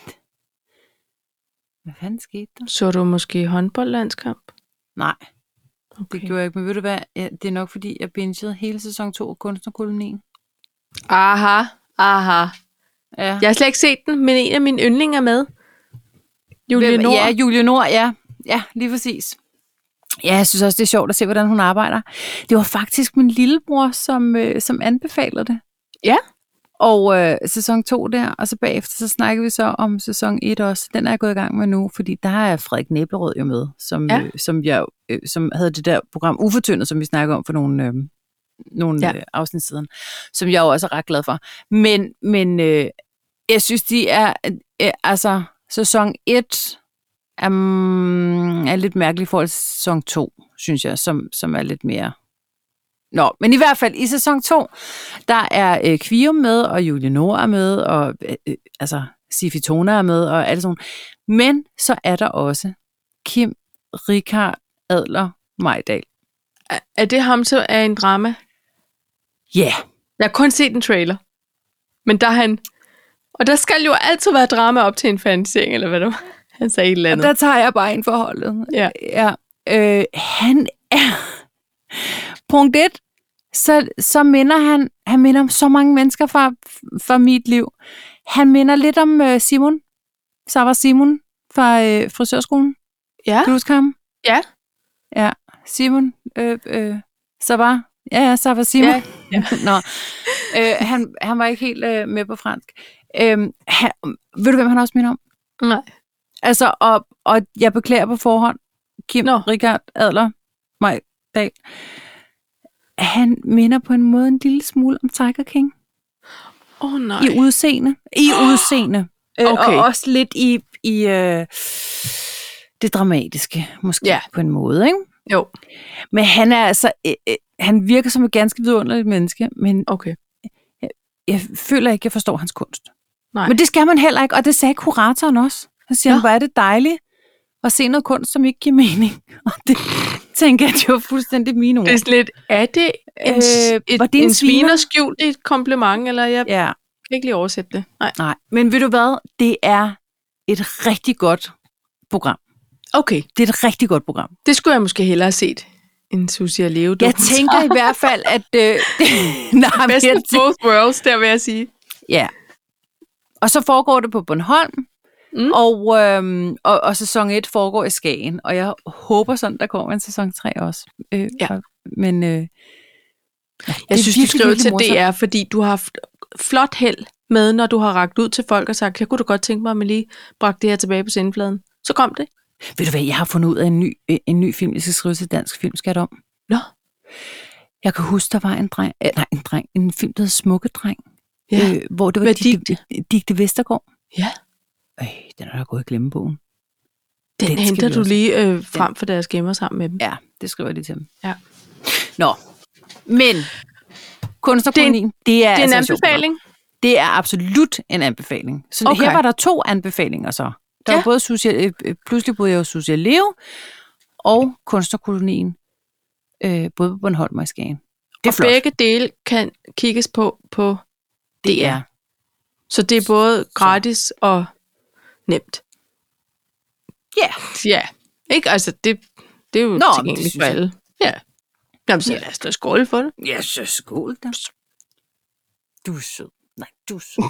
hvad fanden skete der? Så du måske håndboldlandskamp? Nej, Okay. det gjorde jeg ikke. Men ved du hvad? Ja, det er nok, fordi jeg bingede hele sæson to af Kunstnerkolonien. Aha, aha. Ja. Jeg har slet ikke set den, men en af mine yndlinger er med. Julie Hvem- Nord. Ja, Julie Nord, ja. Ja, lige præcis. Ja, jeg synes også, det er sjovt at se, hvordan hun arbejder. Det var faktisk min lillebror, som, øh, som anbefalede det. Ja. Og øh, sæson to der, og så bagefter, så snakker vi så om sæson et også. Den er jeg gået i gang med nu, fordi der er Frederik Næblerød jo med, som, Ja. øh, som, jeg, øh, som havde det der program Ufortyndet, som vi snakker om for nogle, øh, nogle Ja. øh, afsnit siden, som jeg jo også er ret glad for. Men, men øh, jeg synes, de er, øh, altså, sæson et er, mm, er lidt mærkelig i forhold til sæson to, synes jeg, som, som er lidt mere... Nå, men i hvert fald i sæson to, der er øh, Kvium med, og Julie Nord er med, og øh, øh, altså Sifi Tona er med, og alt sådan. Men så er der også Kim Richard Adler Majdal. Er, er det ham, så er en drama? Ja. Yeah. Jeg har kun set en trailer. Men der er han... Og der skal jo altid være drama op til en fanisering, eller hvad det var. Han sagde et eller Og andet. der tager jeg bare ind for holdet. Ja. ja. Øh, han er... Punkt et, så, så minder han, han minder om så mange mennesker fra, fra mit liv. Han minder lidt om uh, Simon. Sarah Simon fra øh, frisørskolen. Ja. Kan du huske ham? Ja. Ja, Simon. Øh, øh, Sarah. Ja, ja, Sarah Simon. Ja, ja. Nå. Øh, han, han var ikke helt øh, med på fransk. Øh, han, ved du, hvem han også minder om? Nej. Altså, og, og jeg beklager på forhånd, Kim Nå. Richard Adler Majdal. Han minder på en måde en lille smule om Tiger King. Åh, oh, nej. I udseende. I udseende. Øh, Okay. Og også lidt i, i øh, det dramatiske, måske Ja. på en måde, ikke? Jo, Men han er altså, øh, øh, han virker som et ganske vidunderligt menneske, men okay. jeg føler ikke, jeg forstår hans kunst. Nej. Men det skal man heller ikke, og det sagde kuratoren også. Han siger, Nå. hvor er det dejligt at se noget kunst, som ikke giver mening. Og det tænker jeg, det var fuldstændig mine ord. Det er sådan lidt, er det en, Øh, øh, et, var det en en sviner sviner? skjult i et kompliment, eller jeg Ja, kan ikke lige oversætte det. Nej. nej. Men ved du hvad? Det er et rigtig godt program. Okay, Det er et rigtig godt program. det skulle jeg måske hellere have set, end Susie og Leo. Jeg tænker i hvert fald, at... Øh, nej, men Best jeg of both worlds, der vil jeg sige. Ja. Og så foregår det på Bornholm, Mm. og, øhm, og, og sæson et foregår i Skagen. Og jeg håber sådan, der kommer en sæson tre også. Øh, Ja. og- Men øh, ja, Jeg synes, du skrev til morsomt. D R, fordi du har haft flot held med, når du har rakt ud til folk og sagt, jeg kunne da godt tænke mig, at man lige bragte det her tilbage på sendefladen. Så kom det. Ved du hvad, jeg har fundet ud af en ny, øh, en ny film, jeg skal skrive til Dansk Filmskat om. Nå. Jeg kan huske, der var en dreng, øh, nej, en dreng, en film, der hed Smukke Dreng, Ja. øh, hvor det var Hvad Digte, Digte Vestergaard. Ja. Øh, den er der gået i glemmebogen. Den, Den den skal henter vi du også- lige øh, frem for deres gemmer sammen med dem. Ja, det skriver jeg lige til dem. Ja. Nå, men Kunstnerkolonien, det, det er Det er en altså et sjovt program. anbefaling. Det er absolut en anbefaling. Så Okay. her var der to anbefalinger så. Der Ja. var både Susie, øh, pludselig boede jeg jo Susie Leo og Kunstnerkolonien, øh, både på Bornholm og i Skagen. Det er Og flot. begge dele kan kigges på på D Det R. er Så det er både gratis og nemt. Ja. Yeah. Ja, ikke? Altså, det, det er jo Nå, tilgængeligt for alle. Ja. Jamen, så lad os da skåle for det. Ja, så skål da. Du er sød. Nej, du er sød.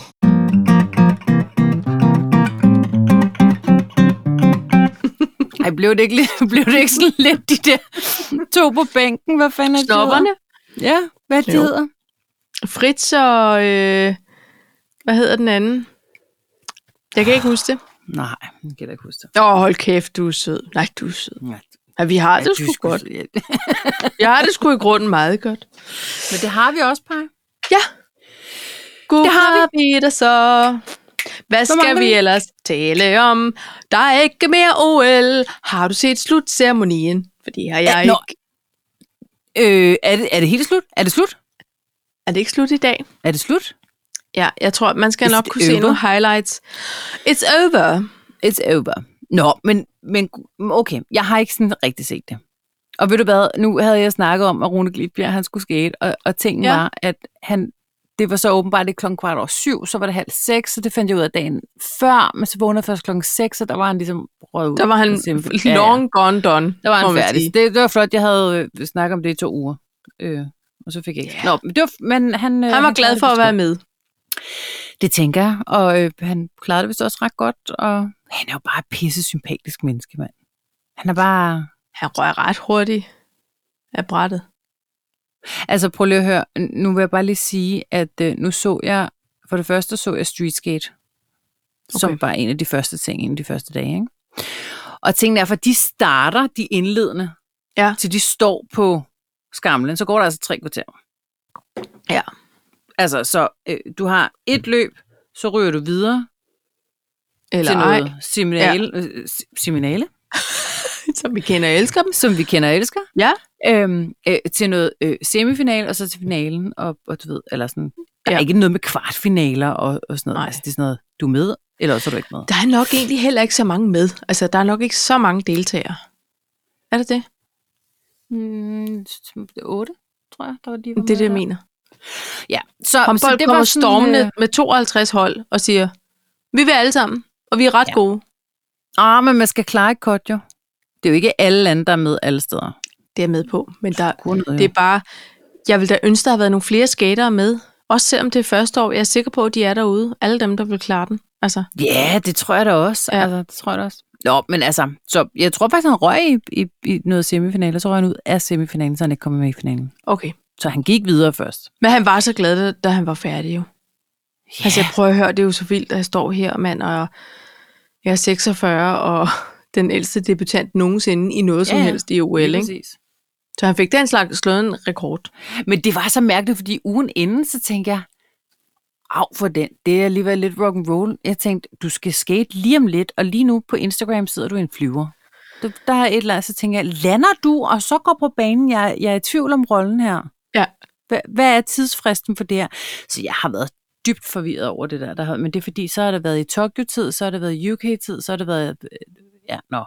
Ej, blev det ikke, lidt, blev det ikke sådan lidt de der to på bænken? Hvad fanden er det? Snopperne? Ja, hvad det Jo. hedder? Fritz og... Øh, hvad hedder den anden? Jeg kan ikke huske det. Nej, jeg kan da ikke huske det. Åh, oh, hold kæft, du er sød. Nej, du er sød. Ja. Ja, vi har Ja, det du sgu skulle- godt. Ja. Jeg har det sgu i grunden meget godt. Men det har vi også, Paj. Ja. Gud, Det har vi det så. Hvad skal mangler vi vi? ellers tale om? Der er ikke mere O L. Har du set slutceremonien? For det har jeg Ja, ikke. nå. Øh, er, det, er det helt slut? Er det slut? Er det ikke slut i dag? Er det slut? Ja, jeg tror, man skal Is nok it kunne se over? nogle highlights. It's over. It's over. Nå, men, men okay, jeg har ikke sådan rigtig set det. Og ved du hvad, nu havde jeg snakket om, at Rune Glitbjerg, han skulle skate, og, og tingen Ja. var, at han, det var så åbenbart det klokken kvart over syv, så var det halv seks, så det fandt jeg ud af dagen før, men så vågnede jeg først klokken seks, og der var han ligesom røget ud. Der var han Simpelthen. Ja, ja. long gone done. Der var må han man færdig. sige. Det, det var flot, jeg havde øh, snakket om det i to uger. Øh, og så fik jeg ikke. Ja. Nå, men, det var, men han, øh, Han var glad for at være med. Det tænker jeg, og øh, han klarede det vist også ret godt, og han er jo bare et pisse sympatisk menneske, mand. Han er bare... Han røg ret hurtigt af brættet. Altså prøv lige at høre, nu vil jeg bare lige sige, at øh, nu så jeg, for det første så jeg Street Skate, okay. som var en af de første ting, en af de første dage, ikke? Og tingene er, for de starter de indledende, Ja. til de står på skamlen, så går der altså tre kvarter. Ja. Altså, så øh, du har et løb, så ryger du videre Eller til ej. noget seminale, ja. øh, seminale, Som vi kender og elsker dem. som vi kender og elsker, Ja. øhm, øh, til noget øh, semifinal, og så til finalen, og, og du ved, eller sådan, der Ja. er ikke noget med kvartfinaler og, og sådan noget. Nej. Altså, det er sådan noget, du er med, eller så er du ikke med. Der er nok egentlig heller ikke så mange med. Altså, der er nok ikke så mange deltagere. Er det det? Mm, otte, tror jeg, der var de Det er det, jeg mener. Ja, så, Håndbold så det kommer var sådan, stormende øh, med tooghalvtreds hold og siger, vi vil alle sammen, og vi er ret Ja. gode. Ah, men man skal klare et kort, jo. Det er jo ikke alle lande, der er med alle steder. Det er jeg med på, men der, Kun noget, det er bare, jeg vil da ønske, der har været nogle flere skatere med. Også selvom det er første år. Jeg er sikker på, at de er derude. Alle dem, der vil klare den. Altså, Ja, det tror jeg da også. Ja. Ja. Altså, det tror jeg da også. Nå, men altså, så jeg tror faktisk, han røg i, i, i noget semifinaler, så røg han ud af semifinalen, så han ikke kom med i finalen. okay. Så han gik videre først. Men han var så glad, da- da han var færdig jo. Ja. Altså, jeg prøver at høre, det er jo så vildt, at jeg står her, mand, og jeg er seksogfyrre, og den ældste debutant nogensinde i noget som Ja, ja. helst i O L, Lige ikke? præcis. Så han fik den slags slået en rekord. Men det var så mærkeligt, fordi ugen inden, så tænkte jeg, af for den, det er alligevel lidt rock and roll. Jeg tænkte, du skal skate lige om lidt, og lige nu på Instagram sidder du i en flyver. Der, der er et eller andet, så tænker jeg, lander du, og så går på banen, jeg, jeg er i tvivl om rollen her. Ja. Hvad, hvad er tidsfristen for det her? Så jeg har været dybt forvirret over det der, der har, men det er fordi, så har det været i Tokyo-tid, så har det været i U K-tid, så har det været, øh, ja, nå.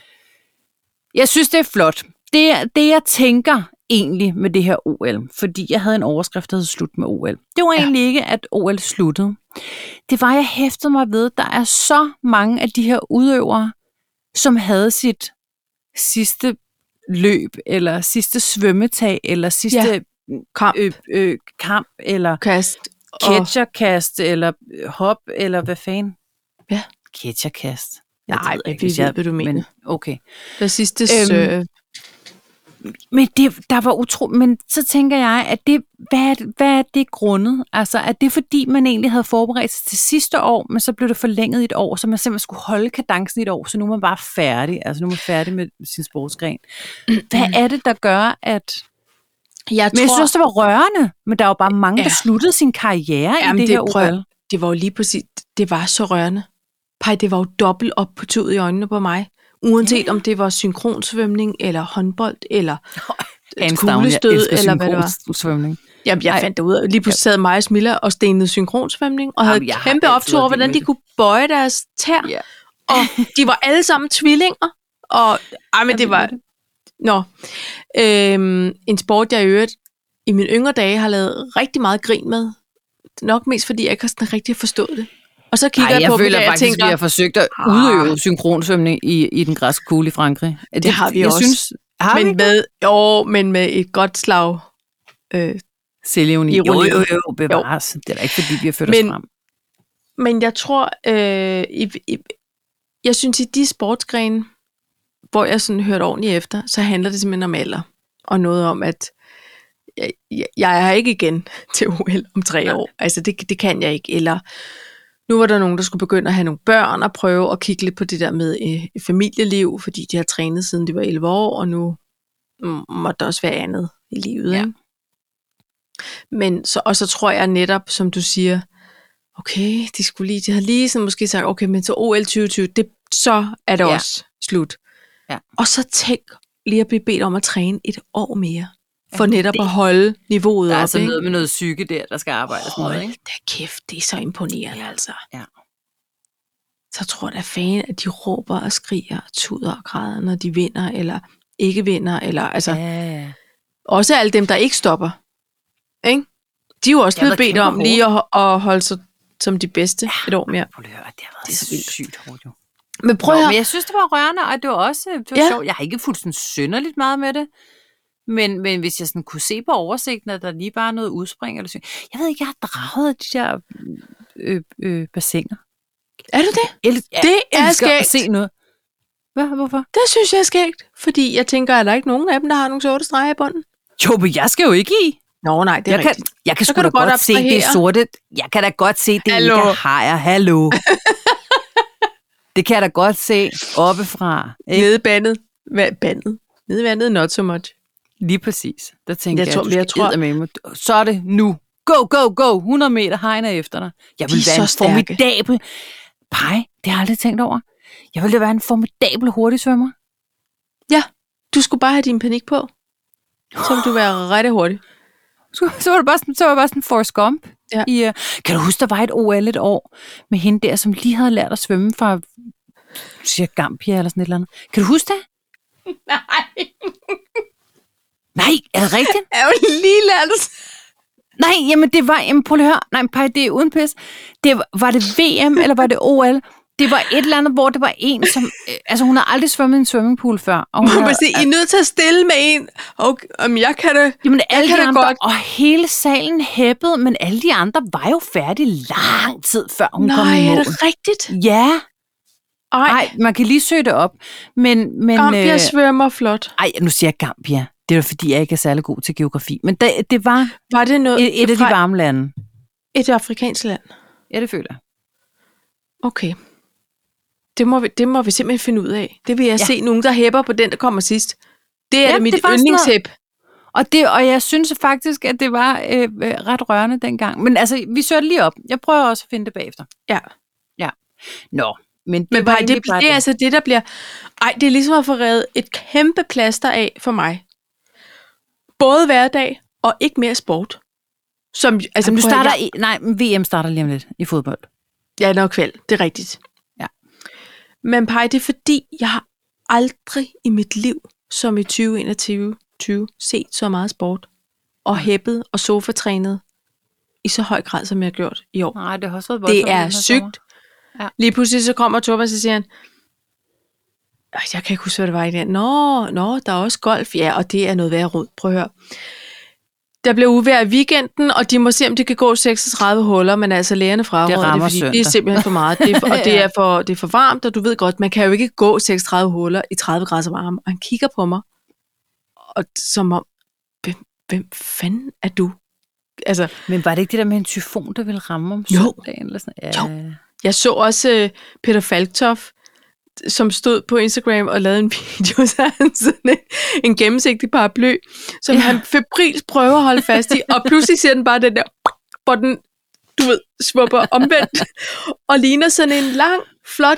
Jeg synes, det er flot. Det, det jeg tænker egentlig med det her O L, fordi jeg havde en overskrift, der hed slut med O L. Det var Ja. egentlig ikke, at O L sluttede. Det var, jeg hæftede mig ved, der er så mange af de her udøvere, som havde sit sidste løb, eller sidste svømmetag, eller sidste Ja. Kamp, øh, øh, kamp, eller kast og... catcherkast, eller øh, hop, eller hvad fanden? Ja. Catcherkast. Ja, Nej, det ved jeg vi ikke, hvis ved, jeg- hvad du mener. Men, okay. Det sidste Øhm, serve. Men det, der var utro, men så tænker jeg, at det, hvad, er, hvad er det grundet? Altså, er det fordi, man egentlig havde forberedt sig til sidste år, men så blev det forlænget i et år, så man simpelthen skulle holde kadencen i et år, så nu er man bare færdig. Altså, nu er man færdig med sin sportsgren. Hvad er det, der gør, at... Jeg Men jeg synes også, det var rørende, men der var bare mange, Ja. der sluttede sin karriere Jamen, i det, det her prøv- O L. det var jo lige præcis, det var så rørende. Pej, det var jo dobbelt op på tudet i øjnene på mig. Uanset Ja. om det var synkronsvømning, eller håndbold, eller Hands down, jeg kuglestød, elsker eller hvad det var. synkronsvømning. Jamen, jeg Ej. fandt det ud af. Lige pludselig sad mig og Smilla og stenede synkronsvømning, og havde Jamen, jeg har kæmpe altid optur over, været vild hvordan med de det. kunne bøje deres tær. Ja. Og de var alle sammen tvillinger. Og, ej, men det var... Nå. Øhm, en sport, jeg i øvrigt i mine yngre dage har lavet rigtig meget grin med, nok mest, fordi jeg ikke har sådan rigtig forstået det. Og så kigger Ej, jeg jeg på føler dem, faktisk, jeg tænker, vi har forsøgt at ah. udøve synkronsvømning i, i den græske kugle i Frankrig. Det, det har vi jeg også. Synes, har men vi med, jo, men med et godt slag. Øh, Selvjævning. Jo, jo, jo, jo, bevares. Jo. Det er da ikke, fordi vi har ført men, os frem. Men jeg tror, øh, i, i, jeg synes, i de sportsgrene, hvor jeg sådan hørte ordentligt efter, så handler det simpelthen om alder. Og noget om, at jeg, jeg, jeg er ikke igen til O L om tre år. Altså, det, det kan jeg ikke. Eller nu var der nogen, der skulle begynde at have nogle børn og prøve at kigge lidt på det der med øh, familieliv, fordi de har trænet siden de var elleve år, og nu må der også være andet i livet. Ja. Men så, og så tror jeg netop, som du siger, okay, de skulle lige, de havde lige sådan måske sagt, okay, men så O L tyve tyve, det, så er det ja. også slut. Ja. Og så tænk lige at blive bedt om at træne et år mere, for ja, netop det, at holde niveauet op. Der er altså ikke? noget med noget psyke der, der skal arbejdes Hold med, ikke? da kæft, det er så imponerende, ja. altså. Ja. Så tror jeg da fan, at de råber og skriger og tuder og græder, når de vinder, eller ikke vinder, eller altså, ja. også alle dem, der ikke stopper. Ikke? De er jo også blevet bedt om lige at, at holde sig som de bedste ja, et år mere. Prøv at høre, det har været det er så vildt. Sygt hårdt jo. Men prøv Nå, at... men jeg synes, det var rørende, og det var også det var ja. sjovt. Jeg har ikke fuldt sådan synderligt meget med det, men, men hvis jeg sådan kunne se på oversigten, at der lige bare er noget udspring, eller sådan, jeg ved ikke, jeg har draget de der øh, øh, bassiner. Er du det? Jeg, jeg, det er skægt. At se noget. Hvad? Hvorfor? Det synes jeg er skægt, fordi jeg tænker, at der er ikke nogen af dem, der har nogle sorte streger i bunden. Jo, men jeg skal jo ikke i. Nå nej, det er jeg rigtigt. Kan, jeg kan sgu da godt, godt se det sorte. Jeg kan da godt se, det Hallo. ikke er hajer. Hallo. Det kan jeg da godt se oppefra. Nede bandet. Hvad bandet? Nede vandet, not so much. Lige præcis. Der tænker jeg, jeg, tror, jeg, jeg tror, med mig. Så er det nu. Go, go, go. hundrede meter hegner efter dig. Jeg vil være en stærke. formidabel... Pej, det har jeg aldrig tænkt over. Jeg ville være en formidabel hurtigsvømmer. Ja, du skulle bare have din panik på. Så ville du være rigtig hurtig. Så var det bare sådan, så var det bare sådan Forrest Gump. Ja. I, uh, kan du huske, der var et O L et år med hende der, som lige havde lært at svømme fra siger Gambia eller sådan et eller andet. Kan du huske det? Nej. Nej, er det rigtigt? Jeg har jo lige lært det. Nej, jamen det var, jamen prøv at høre. Nej, Paj, det er uden pis. Det var, var det V M, eller var det O L? Det var et eller andet, hvor det var en, som... Øh, altså, hun har aldrig svømmet i en swimmingpool før. Og hun Må har, sige, I er nødt til at stille med en. Okay, om jeg kan det. Jamen, alle kan de det andre, godt. og hele salen hæppede, men alle de andre var jo færdige lang tid, før hun Nej, kom i mål. er det rigtigt? Ja. Ej. Ej, man kan lige søge det op. Men, men, Gambia øh, svømmer flot. Ej, nu siger jeg Gambia. Det er fordi, jeg ikke er særlig god til geografi. Men det, det var, var det noget, et, et af de varme lande. Et afrikansk land? Ja, det føler jeg. Okay. Det må, vi, det må vi simpelthen finde ud af. Det vil jeg ja. se nogen, der hæpper på den, der kommer sidst. Det er ja, det mit yndlingshæp. Og, det, og jeg synes faktisk, at det var øh, ret rørende dengang. Men altså, vi søger det lige op. Jeg prøver også at finde det bagefter. Ja. Ja. Nå, men det men var bare, det, det er altså det, der bliver... Ej, det er ligesom at få revet et kæmpe plaster af for mig. Både hverdag og ikke mere sport. Som, altså, Jamen, du starter jeg... i, nej, V M starter lige om lidt i fodbold. Ja, nok vel. Det er rigtigt. Ja. Men Paj, det er fordi, jeg har aldrig i mit liv, som i tyve enogtyve tyve, set så meget sport. Og hæppet og sofatrænet i så høj grad, som jeg har gjort i år. Nej, det har også været voldsomt. Det er sygt. Ja. Lige pludselig så kommer Thomas og siger han, jeg kan ikke huske, hvad det var i det. Nå, nå, der er også golf. Ja, og det er noget værd rod. Prøv at høre. Der bliver uvejr i weekenden, og de må se, om de kan gå seksogtredive huller, men altså lægerne fraråder det, fordi søndag. Det er simpelthen for meget. Det er for, og det er, for, det er for varmt, og du ved godt, man kan jo ikke gå seksogtredive huller i tredive grader varme. Og han kigger på mig, og som om, hvem, hvem fanden er du? Altså, men var det ikke det der med en tyfon, der ville ramme om søndagen? Eller sådan? Ja. Jo. Jeg så også uh, Peter Falktoft, som stod på Instagram og lavede en video, så han sådan en, en gennemsigtig paraply, som ja. han febrilsk prøver at holde fast i, og pludselig ser den bare den der, hvor den, du ved, svupper omvendt, og ligner sådan en lang, flot,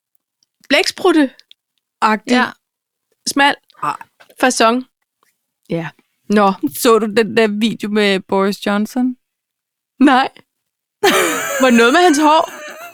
blæksprutte-agtig, ja. smal facon. Ja. Nå. Så du den der video med Boris Johnson? Nej. Var det noget med hans hår?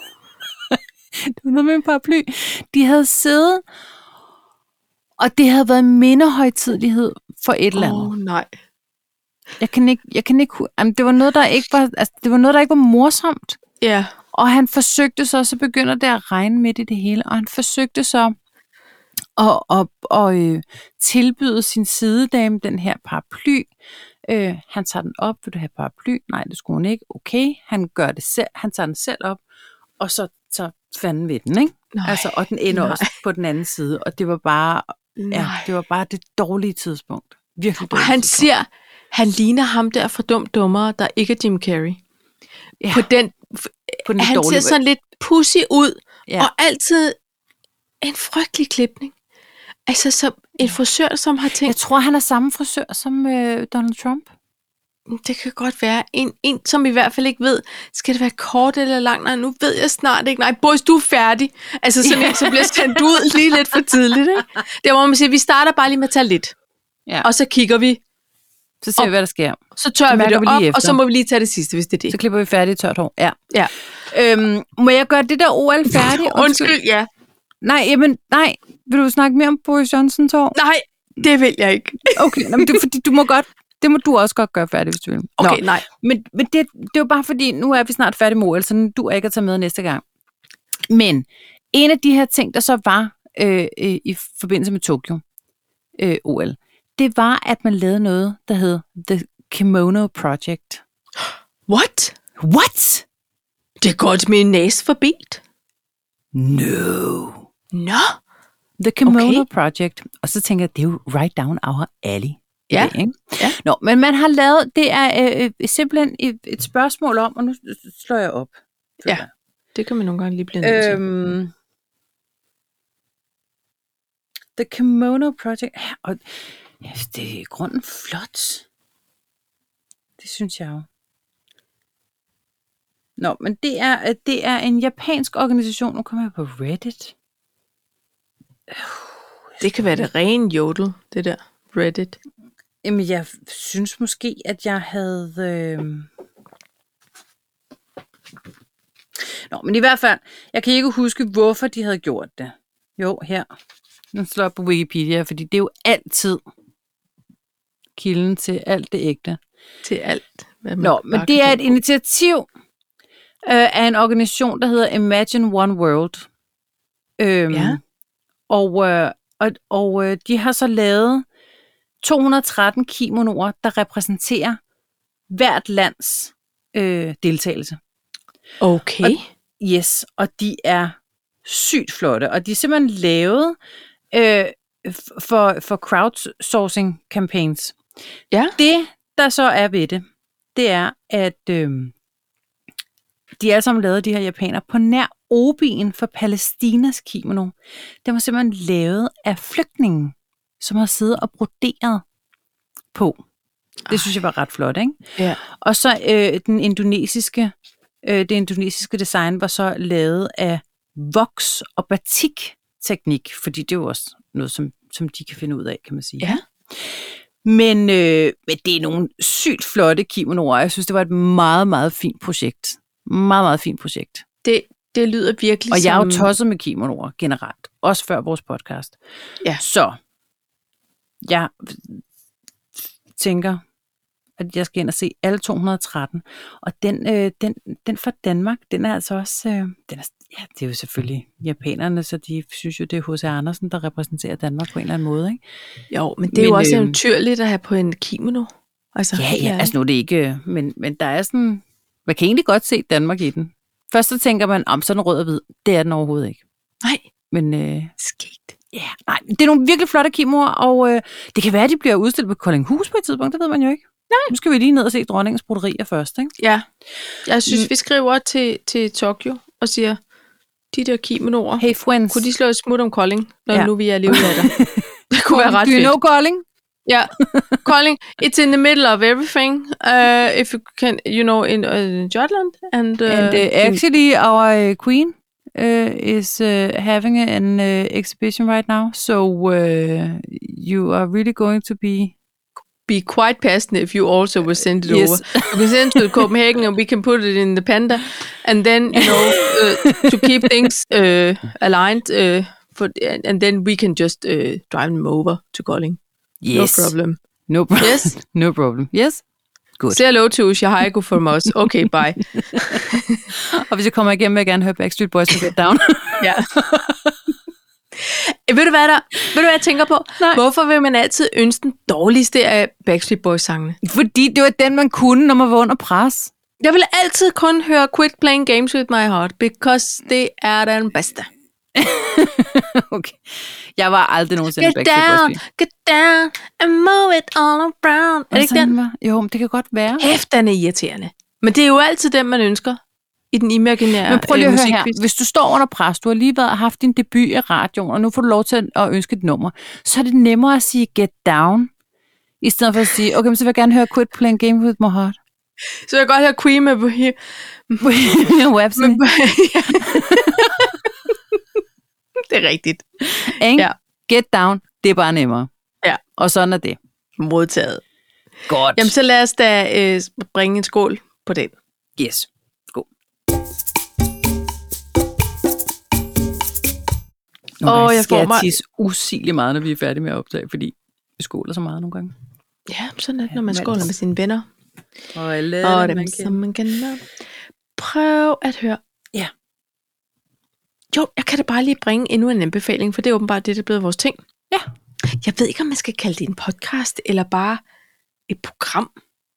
Det var noget med en paraply. De havde siddet, og det havde været mindehøjtidelighed for et eller andet. Åh, oh, nej. Jeg kan ikke, jeg kan ikke, jamen, det var noget, der ikke var, altså, det var noget, der ikke var morsomt. Ja. Og han forsøgte så, så begynder det at regne midt i det hele, og han forsøgte så at, at, at, at tilbyde sin sidedame den her paraply. Øh, han tager den op, vil du have paraply? Nej, det skulle hun ikke. Okay, han gør det selv, han tager den selv op, og så tager fanden ved den, ikke? Nej, altså, og den ender nej. også på den anden side, og det var bare, ja, det var bare det dårlige tidspunkt. Virkelig Og dårlige han tidspunkt. siger, han ligner ham der for dum dummere, der ikke er Jim Carrey. Ja. På den, På den han dårlige ser sådan lidt pussy ud, Ja. og altid en frygtelig klipning. Altså så en frisør, som har tænkt, Jeg tror, han er samme frisør som øh, Donald Trump. det kan godt være, en, en, som i hvert fald ikke ved, skal det være kort eller langt? Nej, nu ved jeg snart ikke. Nej, boys, du er færdig. Altså sådan en, som bliver sendt ud lige lidt for tidligt. Ikke? Der må man sige, vi starter bare lige med at tage lidt. Ja. Og så kigger vi, Så ser vi, Og- hvad der sker. så tør Så vi mærker det vi lige op, efter. og så må vi lige tage det sidste, hvis det er det. Så klipper vi færdigt tørt hår. Ja. Ja. Øhm, må jeg gøre det der O L færdigt? Undskyld, ja. Nej, jamen, nej. Vil du snakke mere om Boris Johnsons hår? Nej, det vil jeg ikke. Okay, nå, men det er fordi, du må godt, det må du også godt gøre færdigt, hvis du vil. Okay, Nå, nej. men, men det, det er jo bare fordi, nu er vi snart færdige med O L, så du ikke at tage med næste gang. Men en af de her ting, der så var øh, øh, i forbindelse med Tokyo øh, O L, det var, at man lavede noget, der hed The Kimono Project. What? What? Det går min næse forbi. No. Nå. The Kimono Okay. okay. Project. Og så tænker jeg, det er jo right down our alley. Ja. Det, ikke? Ja. Nå, men man har lavet, det er øh, øh, simpelthen et, et spørgsmål om, og nu slår jeg op. Ja. Det kan man nogle gange lige blive nødt til. Øhm, The Kimono Project. Ja, og ja, det er i grunden flot. Det synes jeg jo. Nå, men det er, det er en japansk organisation. Nu kommer jeg på Reddit. Det kan være det rene jodel, det der Reddit. Jamen, jeg synes måske, at jeg havde... Øh... Nå, men i hvert fald, jeg kan ikke huske, hvorfor de havde gjort det. Jo, her. Nu slår jeg på Wikipedia, fordi det er jo altid kilden til alt det ægte. Til alt. Hvad man Nå, men bare det kan er tro et på. initiativ øh, af en organisation, der hedder Imagine One World. Øhm, Ja. Og, øh, og, og øh, de har så lavet to hundrede og tretten kimonoer, der repræsenterer hvert lands øh, deltagelse. Okay. Yes, og de er sygt flotte, og de er simpelthen lavet øh, f- for, for crowdsourcing campaigns. Ja. Det, der så er ved det, det er, at øh, de er alle sammen lavet, de her japanere, på nær obien for Palæstinas kimono. Den var simpelthen lavet af flygtninge, som har siddet og broderet på. Det synes jeg var ret flot, ikke? Ja. Og så øh, den indonesiske, øh, det indonesiske design var så lavet af voks- og batik-teknik, fordi det er jo også noget, som, som de kan finde ud af, kan man sige. Ja. Men, øh, men det er nogle sygt flotte kimonoer, og jeg synes, det var et meget, meget fint projekt. Meget, meget fint projekt. Det, det lyder virkelig Og jeg er jo som... tosset med kimonoer generelt, også før vores podcast. Ja. Så jeg tænker, at jeg skal ind og se alle to hundrede og tretten. Og den, øh, den, den fra Danmark, den er altså også... Øh, den er, ja, det er jo selvfølgelig japanerne, så de synes jo, det er H C Andersen, der repræsenterer Danmark på en eller anden måde, ikke? Jo, men det er Men, jo også øh, eventyrligt at have på en kimono. Altså, Ja, helt ja, ærligt. altså nu er det ikke... Men, men der er sådan... Man kan egentlig godt se Danmark i den. Først så tænker man, om sådan rød og hvid. Det er den overhovedet ikke. Nej, Men øh, skægt. ja, nej, det er nogle virkelig flotte kimoer, og øh, det kan være, at de bliver udstillet på Koldinghus på et tidspunkt, det ved man jo ikke. Nej. Nu skal vi lige ned og se dronningens broderier først, ikke? Ja, jeg synes, Mm. vi skriver til, til Tokyo og siger, de der kimonoer, Hey friends. kunne de slå et smut om Kolding, når Ja. ja. nu vi er alligevel af der? Det kunne være ret Do you fedt. know Kolding? Ja, Kolding, it's in the middle of everything. Uh, if you can, you know, in uh, Jutland. And, uh, And uh, actually, our uh, queen uh, is uh, having an uh, exhibition right now, so uh, you are really going to be... be quite passionate if you also will send it Yes. over. You can send it to Copenhagen and we can put it in the Panda. And then, you know, uh, to keep things uh, aligned, uh, for, and then we can just uh, drive them over to Kolding. Yes. No problem. No problem. Yes. No problem. Yes. Good. Say hello to Shahiko from us. Okay, bye. Og hvis jeg kommer igennem, vil jeg gerne høre Backstreet Boys på Get Down. Ja. Ved du hvad der? Ved du hvad jeg tænker på? Nej. Hvorfor vil man altid ønske den dårligste af Backstreet Boys sangene? Fordi det var den, man kunne, når man var under pres. Jeg vil altid kun høre Quit Playing Games With My Heart, because det er den bedste. Okay. Jeg var aldrig nogensinde Get Backstreet down, Boys. get down, and move it all around. Er det ikke den? Var? Jo, men det kan godt være. Hæft, den er irriterende. Men det er jo altid den, man ønsker i den imaginære Men prøv lige øh, at høre her. musikquiz. Hvis du står under pres, du har lige været, haft din debut i radioen, og nu får du lov til at ønske et nummer, så er det nemmere at sige Get Down, i stedet for at sige, okay, men så vil jeg gerne høre Quit Playing Games With My Heart. Så jeg kan godt høre Queen med Bohemian Rhapsody. Det er rigtigt. Ikke? Ja. Get Down, det er bare nemmere. Ja. Og sådan er det. Modtaget. Godt. Jamen, så lad os da øh, bringe en skål på den. Yes. God. Nogle Åh, gange jeg skal får jeg mig- tisse usigeligt meget, når vi er færdige med at optage, fordi vi skåler så meget nogle gange. Ja, sådan er det, når man Ja, skåler men- med sine venner. Og alle Og dem, som man kender. Prøv at høre. Ja. Jo, jeg kan da bare lige bringe endnu en anbefaling, for det er åbenbart det, der er blevet vores ting. Ja. Jeg ved ikke, om man skal kalde det en podcast, eller bare et program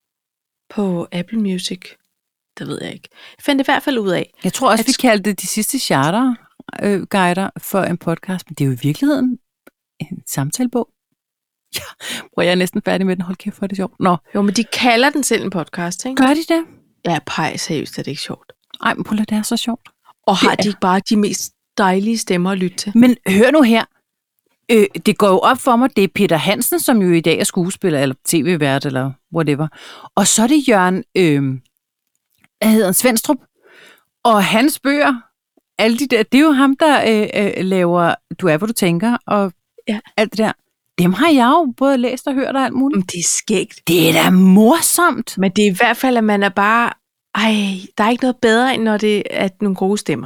på Apple Music. Det ved jeg ikke. Jeg fandt det i hvert fald ud af. Jeg tror også, At- vi kaldte det de sidste charter-guider for en podcast, men det er jo i virkeligheden en samtalebog. Ja, hvor jeg er næsten færdig med den. Hold kæft, hvor er det sjovt. Nå, Jo, men de kalder den selv en podcast, ikke? gør de det? Ja, pej, seriøst er det ikke sjovt. Ej, men prøv at det er så sjovt. Og har Det de er- ikke bare de mest dejlige stemmer at lytte til? Men hør nu her. Øh, det går jo op for mig, det er Peter Hansen, som jo i dag er skuespiller, eller tv-vært, eller whatever. Og så er det Jørgen, øh, hvad hedder han, Svendstrup. Og hans bøger, alle de der, det er jo ham, der øh, øh, laver Du er, hvor du tænker, og Ja. alt det der. Dem har jeg jo både læst og hørt og alt muligt. Men det er skægt. Det er da morsomt. Men det er i hvert fald, at man er bare... Ej, der er ikke noget bedre, end når det er nogle gode stemmer.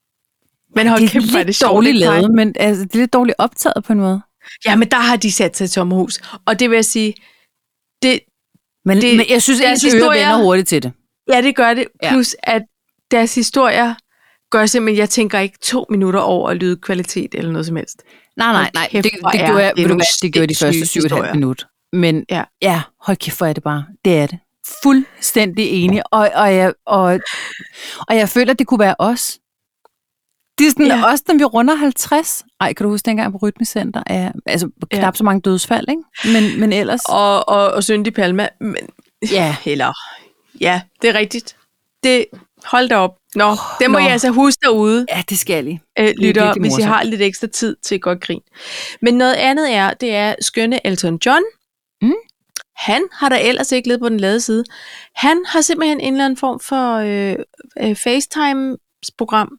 Men hold Det er kæft, hvor er det lidt sjovt, dårligt ikke, Paj? lavet, men altså, det er lidt dårligt optaget på en måde. Ja, men der har de sat sig i sommerhus. Og det vil jeg sige... Det, Men, Det- det, men jeg synes, at deres ens ører historier- vender hurtigt til det. ja, det gør det. Ja. Plus, at deres historier gør simpelthen... Jeg tænker ikke to minutter over lydkvalitet eller noget som helst. Nej, nej, Hold nej. kæft, Det, hvor det, er gjorde jeg, det ved du nogle hvad, det gjorde de første sindssyge syv og et halvt historier. minut. Men Ja. ja. ja, hold kæft, hvor er det bare. Det er det. Fuldstændig enig. Og, og, jeg, og, og jeg føler, at det kunne være os. Det er sådan, Ja. ja. Os, når vi runder halvtreds. Ej, kan du huske dengang på Rytmecenter? Ja, altså knap Ja. så mange dødsfald, ikke? Men, men ellers... Og, og, og Syndig Palma. Men, Ja. Eller... Ja, det er rigtigt. Det, hold da op. Nå, oh, det må nå. I altså huske derude. Ja, det skal I. øh, lytter, virkelig hvis I morsomt. har lidt ekstra tid til godt grin. Men noget andet er, det er skønne Elton John. Mm. Han har da ellers ikke levet på den lade side. Han har simpelthen en eller anden form for øh, øh, FaceTime-program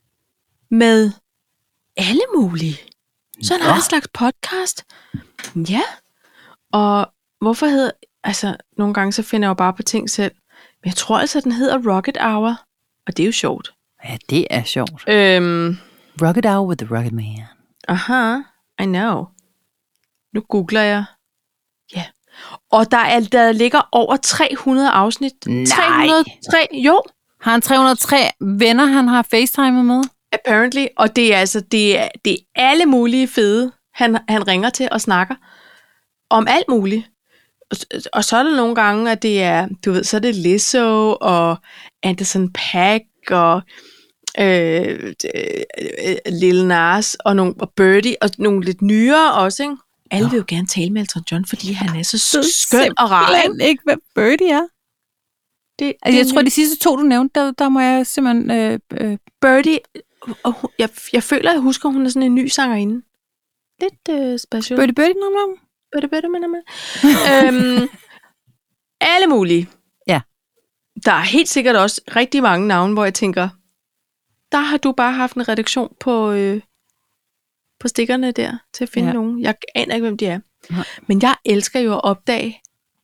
med alle mulige. Så han Nå. har en slags podcast. Ja. Og hvorfor hedder... Altså, nogle gange så finder jeg jo bare på ting selv. Men jeg tror altså, den hedder Rocket Hour. Og det er jo sjovt. Ja, det er sjovt. Øhm, Rocket Hour with the Rocket Man. Aha, I know. Nu googler jeg. Ja. Og der, er, der ligger over tre hundrede afsnit. Nej. tre hundrede og tre, jo, Har han tre hundrede og tre venner, han har facetimet med? apparently. Og det er altså, det er, det er alle mulige fede, han, han ringer til og snakker om alt muligt. Og, og så er der nogle gange, at det er, du ved, så er det Lizzo og Anderson .Paak og øh, øh, Lil Nas og, nogle, og Birdie og nogle lidt nyere også, ikke? Alle vil jo gerne tale med Elton John, fordi han er så skøn og rar, ikke? ikke, hvad Birdie er. Det, Altså, jeg det- tror, de sidste to, du nævnte, der, der må jeg simpelthen... Øh, øh, Birdie, og hun, jeg, jeg føler, jeg husker, hun er sådan en ny sangerinde. Lidt øh, special. Birdie Birdie, nom, nom. Birdie, Birdie, men, men. øhm, alle mulige. Ja. Der er helt sikkert også rigtig mange navne, hvor jeg tænker, der har du bare haft en redaktion på, øh, på stikkerne der, til at finde Ja. ja. nogen. Jeg aner ikke, hvem de er. Nej. Men jeg elsker jo at opdage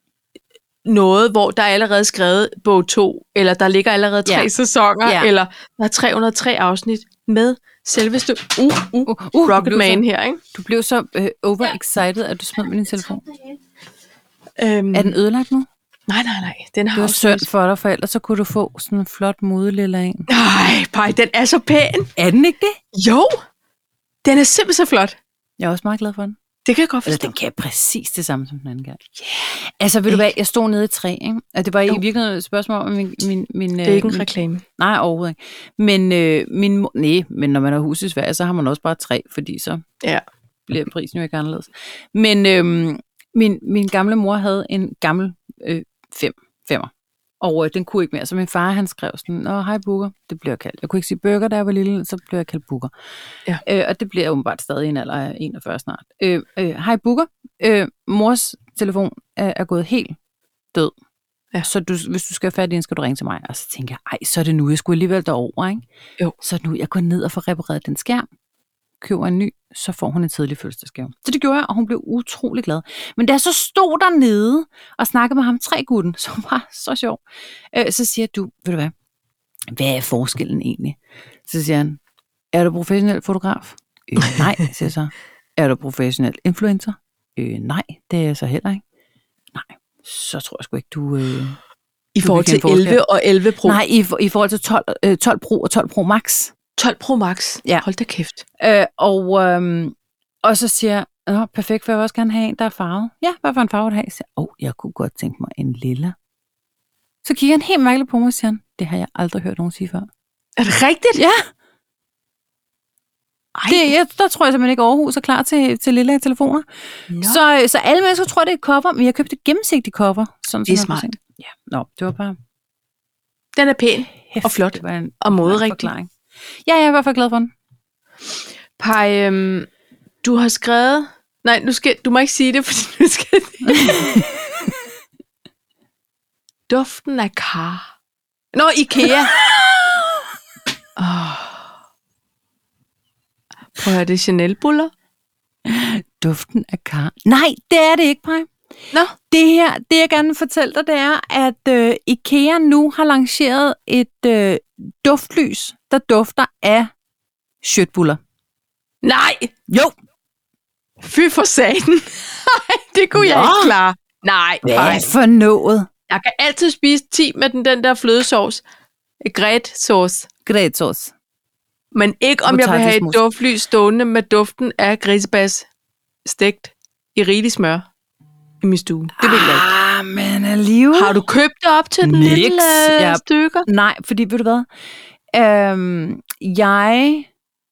noget, hvor der er allerede skrevet bog to, eller der ligger allerede tre Ja. sæsoner, Ja. eller der er tre hundrede og tre afsnit med selveste uh, uh, Uh, uh, uh, du Rocket blev Man så- her, ikke? Du blev så øh, overexcited, at du smed med din telefon. Øhm, Er den ødelagt nu? Nej, nej, nej. Den har Det var også synd for dig, for ellers så kunne du få sådan en flot modelille en. Nej, Paj, den er så pæn. Er den ikke det? Jo, den er simpelthen så flot. Jeg er også meget glad for den. Det kan jeg godt Eller forstå. den kan præcis det samme som den anden gang. Yeah. Altså, ved du hvad, jeg stod nede i et træ, ikke? Og det var jo. i virkeligheden et spørgsmål om min... min, min det er ikke en min, reklame. Nej, overhovedet ikke. Men, øh, min, nej, men når man har hus i Sverige, så har man også bare et træ, fordi så ja. bliver prisen jo ikke anderledes. Men øh, min, min gamle mor havde en gammel øh, fem, femmer. Og øh, den kunne ikke mere. Så min far, han skrev sådan, nå, hej Bugger, det blev jeg kaldt. Jeg kunne ikke sige burger, da jeg var lille, så blev jeg kaldt Bugger. Ja. Øh, og det bliver jeg åbenbart stadig i en alder af enogfyrre snart. Øh, øh, hej Bugger, øh, mors telefon er, er gået helt død. Ja. Så du, hvis du skal have fat i den, skal du ringe til mig. Og så tænker jeg, ej, så er det nu, jeg skulle alligevel derover, ikke? Jo. Så nu, jeg går ned og får repareret den skærm, køber en ny, så får hun en tidlig fødselsdagsgave. Så det gjorde jeg, og hun blev utrolig glad. Men da jeg så stod dernede og snakkede med ham, tre gutten, som var så sjov, øh, så siger du, ved du hvad, hvad er forskellen egentlig? Så siger han, er du professionel fotograf? Øh, nej, siger jeg så. Er du professionel influencer? Øh, nej, det er jeg så heller ikke. Nej, så tror jeg sgu ikke, du... Øh, I forhold til elleve og elleve Pro? Nej, i, i forhold til tolv, øh, tolv Pro og tolv Pro Max. tolv Pro Max? Ja. Hold da kæft. Øh, og, øhm, og så siger jeg, nå, perfekt, for jeg vil også gerne have en, der er farvet. Ja, hvad for en farve vil du have? Så, åh, oh, jeg kunne godt tænke mig en lilla. Så kigger han helt mærkeligt på mig og siger, det har jeg aldrig hørt nogen sige før. Er det rigtigt? Ja. Det, jeg, der tror jeg simpelthen ikke, Aarhus er klar til, til lilla telefoner. Så, så alle mennesker tror, det er et cover, men jeg købte et gennemsigtigt cover. Sådan, det er smart. Ja, nå, det var bare... Den er pæn hæft, og flot en, og moderigtig. Ja, jeg er i hvert fald glad for den. Paj, øhm, du har skrevet... Nej, nu skal, du må ikke sige det, fordi nu skal duften af kar. Nå, IKEA. oh. Prøv at høre, det er Chanel-buller. Duften af kar. Nej, det er det ikke, Paj. Nå. Det her, det jeg gerne vil fortælle dig, det er, at øh, IKEA nu har lanceret et øh, duftlys, der dufter af shirtbuller. Nej! Jo! Fy for satan. Det kunne Nå. jeg ikke klare. Nej, hvad Paj. For noget? Jeg kan altid spise ti med den, den der flødesauce. Grætsauce. Grætsauce. Men ikke om jeg vil have et duftlys stående med duften af grisebas stegt i rigelig smør i min stue. Det vil jeg ikke. Ah, men alligevel. Har du købt det op til den Nix. lille jeg, stykker? Nej, fordi ved du hvad? Øhm, jeg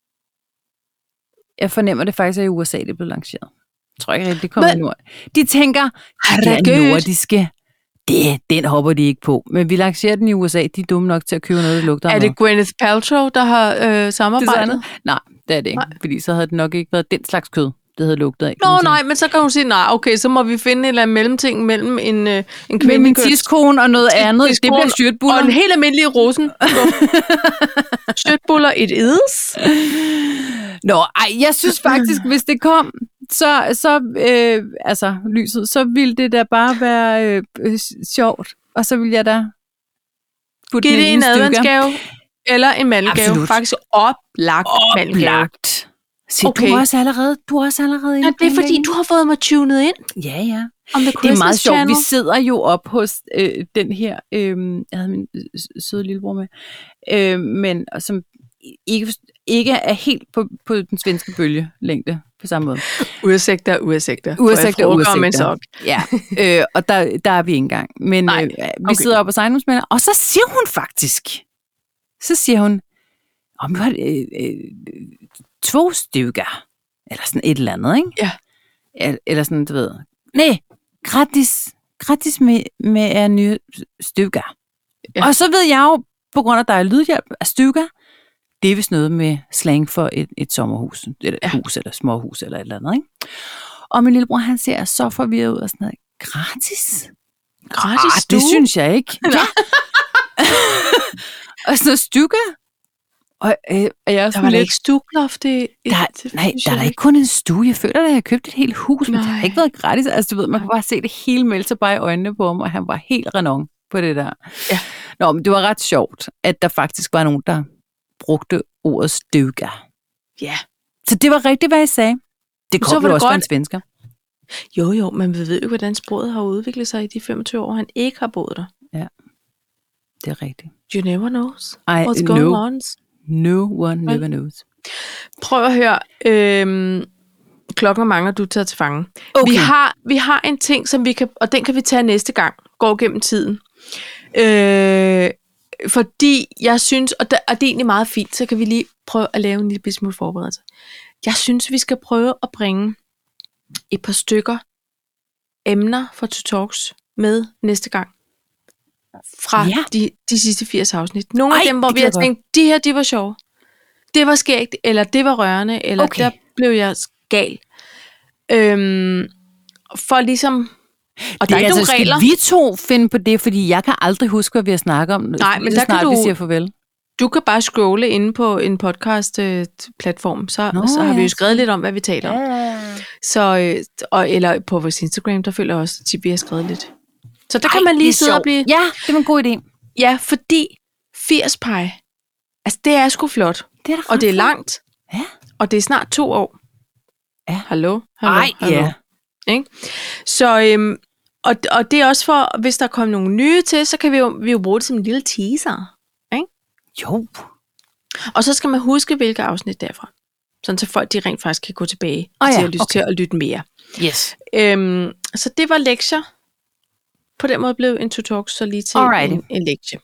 jeg fornemmer det faktisk, at i U S A det blev lanceret. Jeg tror ikke rigtig, det kommer nu. De tænker, at det er nordiske. Det, den hopper de ikke på. Men vi lancerer den i U S A. De er dumme nok til at købe noget, der lugter. Er det Gwyneth Paltrow, der har øh, samarbejdet? Det nej, det er det ikke. Nej. Fordi så havde det nok ikke været den slags kød, det havde lugtet af. Nå nej, men så kan hun sige, nej, okay, så må vi finde en eller anden mellemting mellem en, øh, en kvinde. Med en tidskone og noget andet. Det bliver shirtbuller. Og en helt almindelig rosen. Shirtbuller et edes. Nå, ej, jeg synes faktisk, hvis det kom, så, så øh, altså, lyset, så ville det da bare være øh, øh, sjovt. Og så ville jeg da putte Giv det en adventsgave eller en mandelgave. Absolut. Faktisk oplagt, mandelgave. Oplagt. Se, okay. du er også allerede, du er også allerede ja, det er fordi, du har fået mig tunet ind. Ja, ja. Om det er meget sjovt. Vi sidder jo op hos øh, den her, øh, jeg havde min søde lillebror med, øh, men som ikke, ikke er helt på, på den svenske bølgelængde på samme måde. Ursäkta, ursäkta. Ursäkta, ursäkta. Ja, øh, og der, der er vi ikke engang. Men Nej, øh, vi okay. sidder op hos ejendomsmændene, og så siger hun faktisk, så siger hun, om vi har øh, øh, to stykker, eller sådan et eller andet, ikke? Ja. Eller, eller sådan, du ved, nej, gratis, gratis med, med er nye stykker. Ja. Og så ved jeg jo, på grund af, at der er lydhjælp af stykker, det er vist noget med slang for et, et sommerhus, eller et ja. hus, eller småhus, eller et eller andet, ikke? Og min lillebror, han ser så forvirret ud og sådan noget, gratis? Gratis ah, det synes jeg ikke. Ja. Og sådan noget stykker. Og, øh, er jeg der var lidt... da ikke stueloft i... Der, nej, der er da ikke kun en stue. Jeg føler, at jeg har købt et helt hus, men nej. Det har ikke været gratis. Altså, du ved, man kan bare se det hele melde sig bare i øjnene på ham, og han var helt renon på det der. Ja. Nå, men det var ret sjovt, at der faktisk var nogen, der brugte ordet stykker. Ja. Så det var rigtigt, hvad jeg sagde. Det kom jo også fra en svensker. Jo, jo, men vi ved jo ikke, hvordan sproget har udviklet sig i de femogtyve år, han ikke har boet der. Ja, det er rigtigt. You never knows I what's going know. on. No one never knows. Prøv at høre. Øhm, klokken er mange, og du er taget til fange. Okay. Vi har, vi har en ting, som vi kan, og den kan vi tage næste gang, går gennem tiden. Øh, fordi jeg synes, og, der, og det er egentlig meget fint, så kan vi lige prøve at lave en lille smule forberedelse. Jeg synes, vi skal prøve at bringe et par stykker emner for To Talks med næste gang. Fra Ja. de, de sidste firs afsnit. Nogle Ej, af dem, hvor det vi har gider jeg tænkt, de her, de var sjove. Det var skægt, eller det var rørende, eller Okay. der blev jeg gal. Øhm, for ligesom... Og der er ikke altså, nogen regler. skal vi to finde på det? Fordi jeg kan aldrig huske, hvad vi har snakket om. Nej, men lige der så snart kan vi du- siger farvel. Du kan bare scrolle inde på en podcast-platform, så, Nå, så har vi ja. jo skrevet lidt om, hvad vi taler om. Så, øh, og, eller på vores Instagram, der følger jeg også, at vi har skrevet lidt. Så der kan Ej, man det lige er sidde og sjovt. blive... Ja, det var en god idé. Ja, fordi firs pej, altså det er sgu flot. Det er da Og det er ret langt. Ja. Og det er snart to år. Ja. Hallo? Hallo? Ej, hallo. ja. Ikke? Så, øhm, og, og det er også for, hvis der kommer nogle nye til, så kan vi jo, vi jo bruge det som en lille teaser. Jo. Og så skal man huske, hvilke afsnit derfra. Sådan så folk de rent faktisk kan gå tilbage, Åh hvis de ja, har lyst okay. til at lytte mere. Yes. Øhm, så det var lektier. På den måde blev en To Talks så lige til Alrighty. en, en lektie.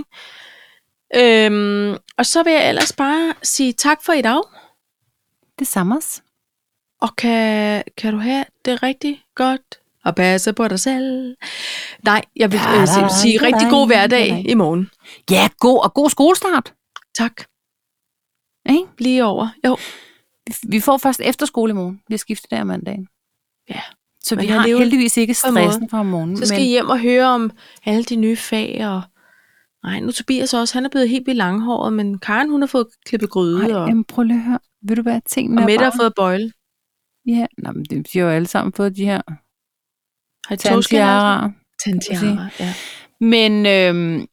Ikke? Øhm, og så vil jeg ellers bare sige tak for i dag. Det sammers. Og kan, kan du have det rigtig godt og passe på dig selv? Nej, jeg vil øh, sige, sige rigtig god hverdag i morgen. Ja, god og god skolestart. Tak. Ikke? Lige over. Jo. Vi får først efterskole i morgen. Vi har skiftet der om mandagen. Ja. Så Man vi kan har leve heldigvis ikke på en måde. stressen fra om morgenen. Så skal men... I hjem og høre om alle de nye fag. Og... Nej, nu Tobias også. Han er blevet helt vildt langhåret, men Karen hun har fået klippet gryde. Ej, og, jamen, prøv lige at høre. Ved du hvad, tingene og er Mette bare... har fået bøjle. Ja, nå, men det, de har jo alle sammen fået de her Har I togskinner? tantiarer. Tantiarer, ja. Men, øhm,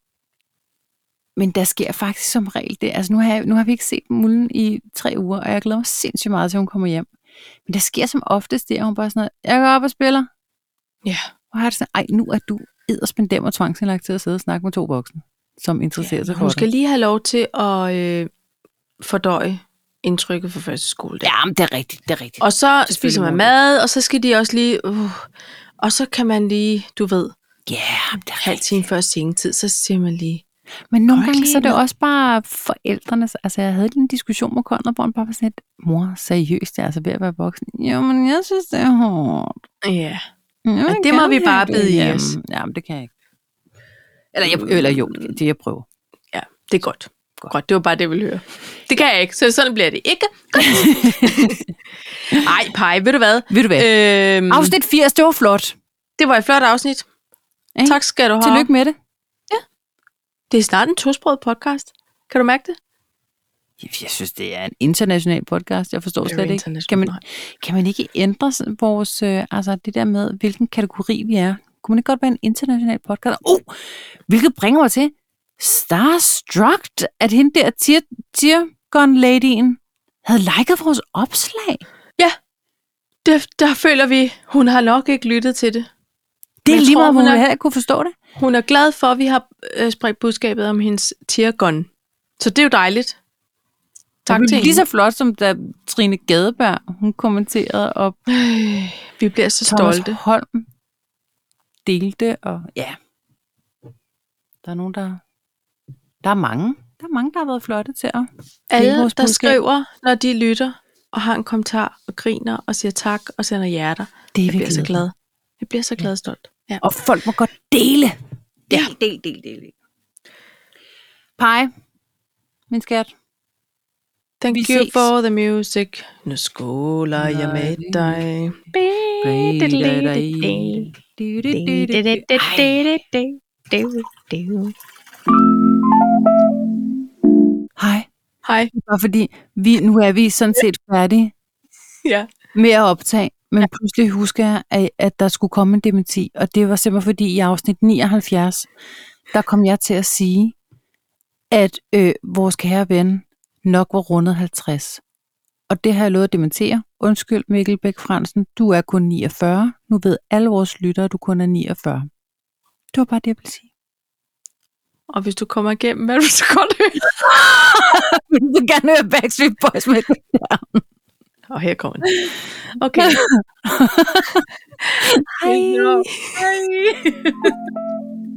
men der sker faktisk som regel det. Altså nu har, jeg, nu har vi ikke set mulden i tre uger, og jeg glæder mig sindssygt meget til, at hun kommer hjem. Men der sker som oftest det, at hun bare sådan noget, jeg går op og spiller. Ja. Og har det sådan, ej, nu er du edderspendem og tvangsindlagt til at sidde og snakke med to voksne, som interesserer sig Ja, for hun skal dig. lige have lov til at øh, fordøje indtrykket fra første skoledag. Ja, men det er rigtigt, det er rigtigt. Og så Selvfølgelig spiser man må mad, og så skal de også lige... Uh, og så kan man lige, du ved, Ja, yeah, det er halv time før sengetid, så siger man lige... Men nogle Godt gange lige så er det ned. også bare forældrenes... Altså, jeg havde lige en diskussion med Conrad, hvor han bare var sådan lidt, mor, seriøst, det er altså ved at være voksen. Jo, men jeg synes, det er hårdt. Ja, Jeg ja vil det må gerne vi have bare det bide i hjem. os. Jamen, det kan jeg ikke. Eller, jeg, eller jo, det jeg prøver. Ja, det er godt. Godt. Godt, det var bare det, jeg ville høre. Det kan jeg ikke, så sådan bliver det ikke. Ej, Paj, ved du hvad? Ved du hvad? Øhm, Afsnit firs, det var flot. det var et flot afsnit. Ikke? Tak skal du have. Tillykke med det. Det er snart en tosproget podcast. Kan du mærke det? Jeg synes, det er en international podcast. Jeg forstår Very slet ikke. international, Kan man, nej. kan man ikke ændre sådan vores, øh, altså det der med, hvilken kategori vi er? Kunne man ikke godt være en international podcast? Oh, hvilket bringer mig til Starstruck, at hende der tier, Tiergon-ladyen havde liket vores opslag. Ja, det, der føler vi, hun har nok ikke lyttet til det. Det er jeg lige tror, meget, hvor hun hun er- heller ikke kunne forstå det. Hun er glad for, at vi har øh, spredt budskabet om hendes tiergon. Så det er jo dejligt. Tak Det til er lige hende. så flot, som da Trine Gadeberg, hun kommenterede, og Øh, vi bliver så Thomas stolte. Holm delte, og ja, der er nogen, der... Der er mange. Der er mange, der har været flotte til at dele Alle, vores der budskab. skriver, når de lytter, og har en kommentar, og griner, og siger tak, og sender hjerter. Det er Jeg vi bliver så glade for. glad. Jeg bliver så glad og stolt. Ja. Og folk må godt dele. Ja. Del, del, del, del. Pej, min skat. Thank Vi you ses. for the music. Nu skåler jeg med dig. Hej. Hej. Bare fordi, vi, nu er vi sådan set færdige Ja. med at optage, men pludselig husker jeg, at, at der skulle komme en dementi, og det var simpelthen fordi i afsnit nioghalvfjerds, der kom jeg til at sige, at øh, vores kære ven nok var rundet halvtreds. og det har jeg lovet at dementere. Undskyld, Mikkel Bæk Fransen, du er kun niogfyrre. Nu ved alle vores lyttere, at du kun er niogfyrre. Det var bare det, jeg ville sige. Og hvis du kommer igennem, hvad vil du så godt høre? Jeg vil gerne høre Backstreet Boys med det. Og her kommer den. Okay. Hej. Hej.